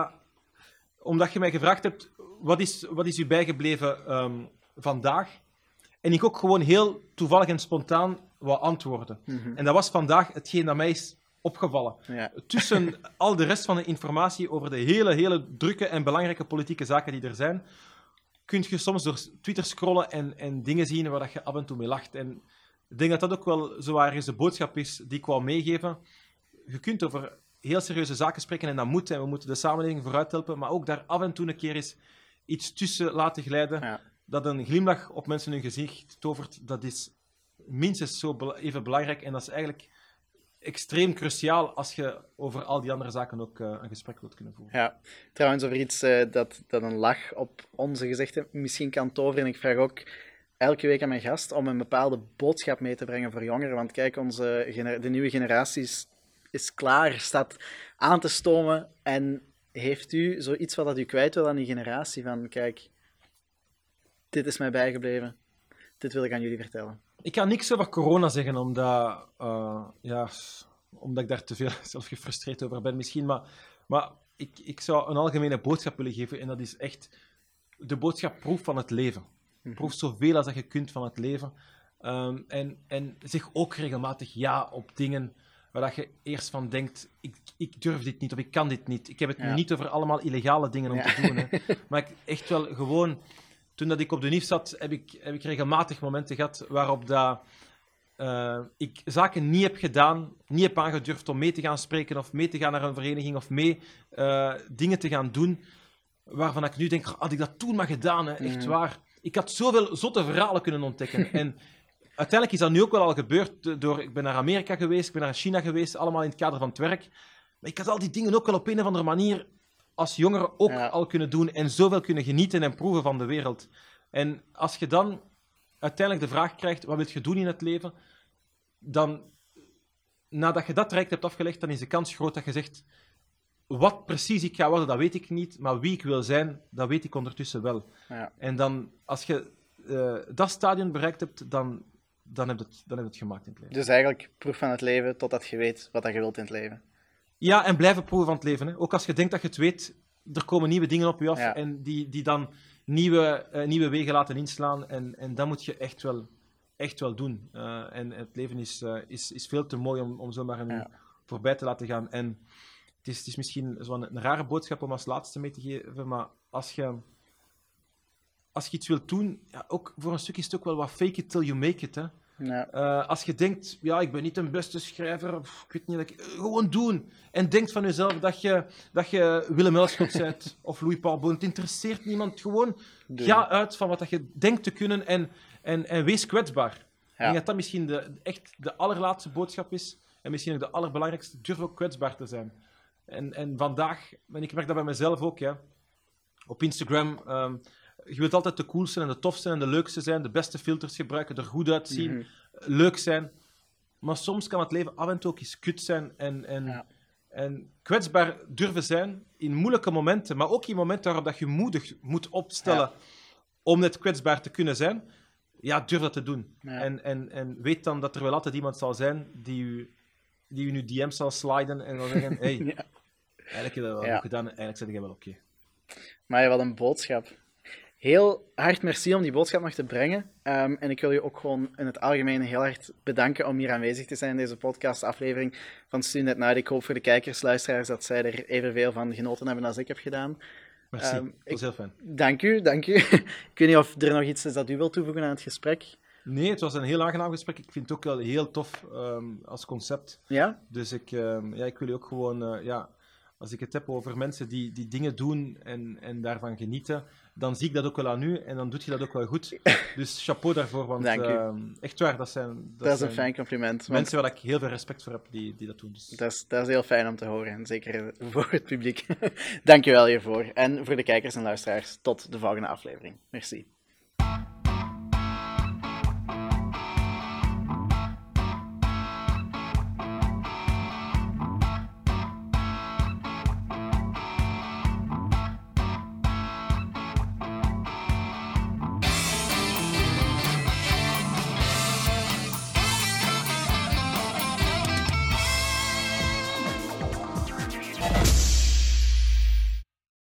omdat je mij gevraagd hebt... Wat is u bijgebleven vandaag? En ik ook gewoon heel toevallig en spontaan wou antwoorden. En dat was vandaag hetgeen dat mij is opgevallen. Ja. Tussen al de rest van de informatie over de hele drukke en belangrijke politieke zaken die er zijn, kun je soms door Twitter scrollen en dingen zien waar je af en toe mee lacht. En ik denk dat dat ook wel zo ergens de boodschap is die ik wou meegeven. Je kunt over heel serieuze zaken spreken en dat moet. En we moeten de samenleving vooruit helpen, maar ook daar af en toe een keer eens iets tussen laten glijden, dat een glimlach op mensen hun gezicht tovert, dat is minstens zo even belangrijk. En dat is eigenlijk extreem cruciaal als je over al die andere zaken ook een gesprek wilt kunnen voeren. Ja, trouwens over iets dat een lach op onze gezichten misschien kan toveren. En ik vraag ook elke week aan mijn gast om een bepaalde boodschap mee te brengen voor jongeren. Want kijk, de nieuwe generatie is klaar, staat aan te stomen. En heeft u zoiets wat u kwijt wil aan die generatie? Van, kijk, dit is mij bijgebleven. Dit wil ik aan jullie vertellen. Ik ga niks over corona zeggen, omdat ik daar te veel zelf gefrustreerd over ben misschien. Maar ik zou een algemene boodschap willen geven. En dat is echt de boodschap: proef van het leven. Proef zoveel als dat je kunt van het leven. En zeg ook regelmatig ja op dingen waar dat je eerst van denkt, ik durf dit niet of ik kan dit niet. Ik heb het nu niet over allemaal illegale dingen om te doen. Hè. Maar echt wel gewoon... Toen dat ik op de NIF zat, heb ik regelmatig momenten gehad waarop dat ik zaken niet heb gedaan, niet heb aangedurfd om mee te gaan spreken of mee te gaan naar een vereniging of mee dingen te gaan doen waarvan ik nu denk, had ik dat toen maar gedaan, hè? Echt waar. Ik had zoveel zotte verhalen kunnen ontdekken. En uiteindelijk is dat nu ook wel al gebeurd. Ik ben naar Amerika geweest, ik ben naar China geweest, allemaal in het kader van het werk. Maar ik had al die dingen ook wel op een of andere manier als jongere ook al kunnen doen en zoveel kunnen genieten en proeven van de wereld. En als je dan uiteindelijk de vraag krijgt, wat wil je doen in het leven? Dan, nadat je dat traject hebt afgelegd, dan is de kans groot dat je zegt, wat precies ik ga worden, dat weet ik niet, maar wie ik wil zijn, dat weet ik ondertussen wel. Ja. En dan, als je dat stadium bereikt hebt, dan heb je het gemaakt in het leven. Dus eigenlijk proef van het leven totdat je weet wat dat je wilt in het leven. Ja, en blijven proeven van het leven. Hè. Ook als je denkt dat je het weet, er komen nieuwe dingen op je af en die dan nieuwe wegen laten inslaan. En dat moet je echt wel doen. En het leven is veel te mooi om zomaar aan je voorbij te laten gaan. En het is misschien zo'n rare boodschap om als laatste mee te geven, maar als je iets wilt doen, ook voor een stuk is het ook wel wat fake it till you make it. Hè. Ja. Als je denkt, ik ben niet de beste schrijver, ik weet niet, gewoon doen. En denkt van jezelf dat je Willem Elschot bent of Louis Paul Boon. Het interesseert niemand. Gewoon ga uit van wat je denkt te kunnen en wees kwetsbaar. Ja. Ik denk dat dat misschien echt de allerlaatste boodschap is. En misschien ook de allerbelangrijkste. Durf ook kwetsbaar te zijn. En vandaag, en ik merk dat bij mezelf ook, op Instagram... je wilt altijd de coolste en de tofste en de leukste zijn, de beste filters gebruiken, er goed uitzien, leuk zijn. Maar soms kan het leven af en toe ook eens kut zijn en kwetsbaar durven zijn in moeilijke momenten, maar ook in momenten waarop dat je moedig moet opstellen om net kwetsbaar te kunnen zijn. Ja, durf dat te doen. Ja. En weet dan dat er wel altijd iemand zal zijn die u nu DM zal sliden en zal zeggen, hey, eigenlijk heb je dat wel goed gedaan, eigenlijk zet je wel oké. Maar wat een boodschap. Heel hard merci om die boodschap nog te brengen. En ik wil je ook gewoon in het algemeen heel hard bedanken om hier aanwezig te zijn in deze podcastaflevering van Student Night. Ik hoop voor de kijkers, luisteraars, dat zij er evenveel van genoten hebben als ik heb gedaan. Merci, dat was heel fijn. Dank u. Ik weet niet of er nog iets is dat u wilt toevoegen aan het gesprek. Nee, het was een heel aangenaam gesprek. Ik vind het ook wel heel tof als concept. Ja? Dus ik wil je ook gewoon... als ik het heb over mensen die dingen doen en daarvan genieten, dan zie ik dat ook wel aan u en dan doe je dat ook wel goed. Dus chapeau daarvoor, want echt waar, dat is een fijn compliment. Mensen waar ik heel veel respect voor heb die dat doen. Dus. Dat is heel fijn om te horen, en zeker voor het publiek. Dank je wel hiervoor. En voor de kijkers en luisteraars, tot de volgende aflevering. Merci.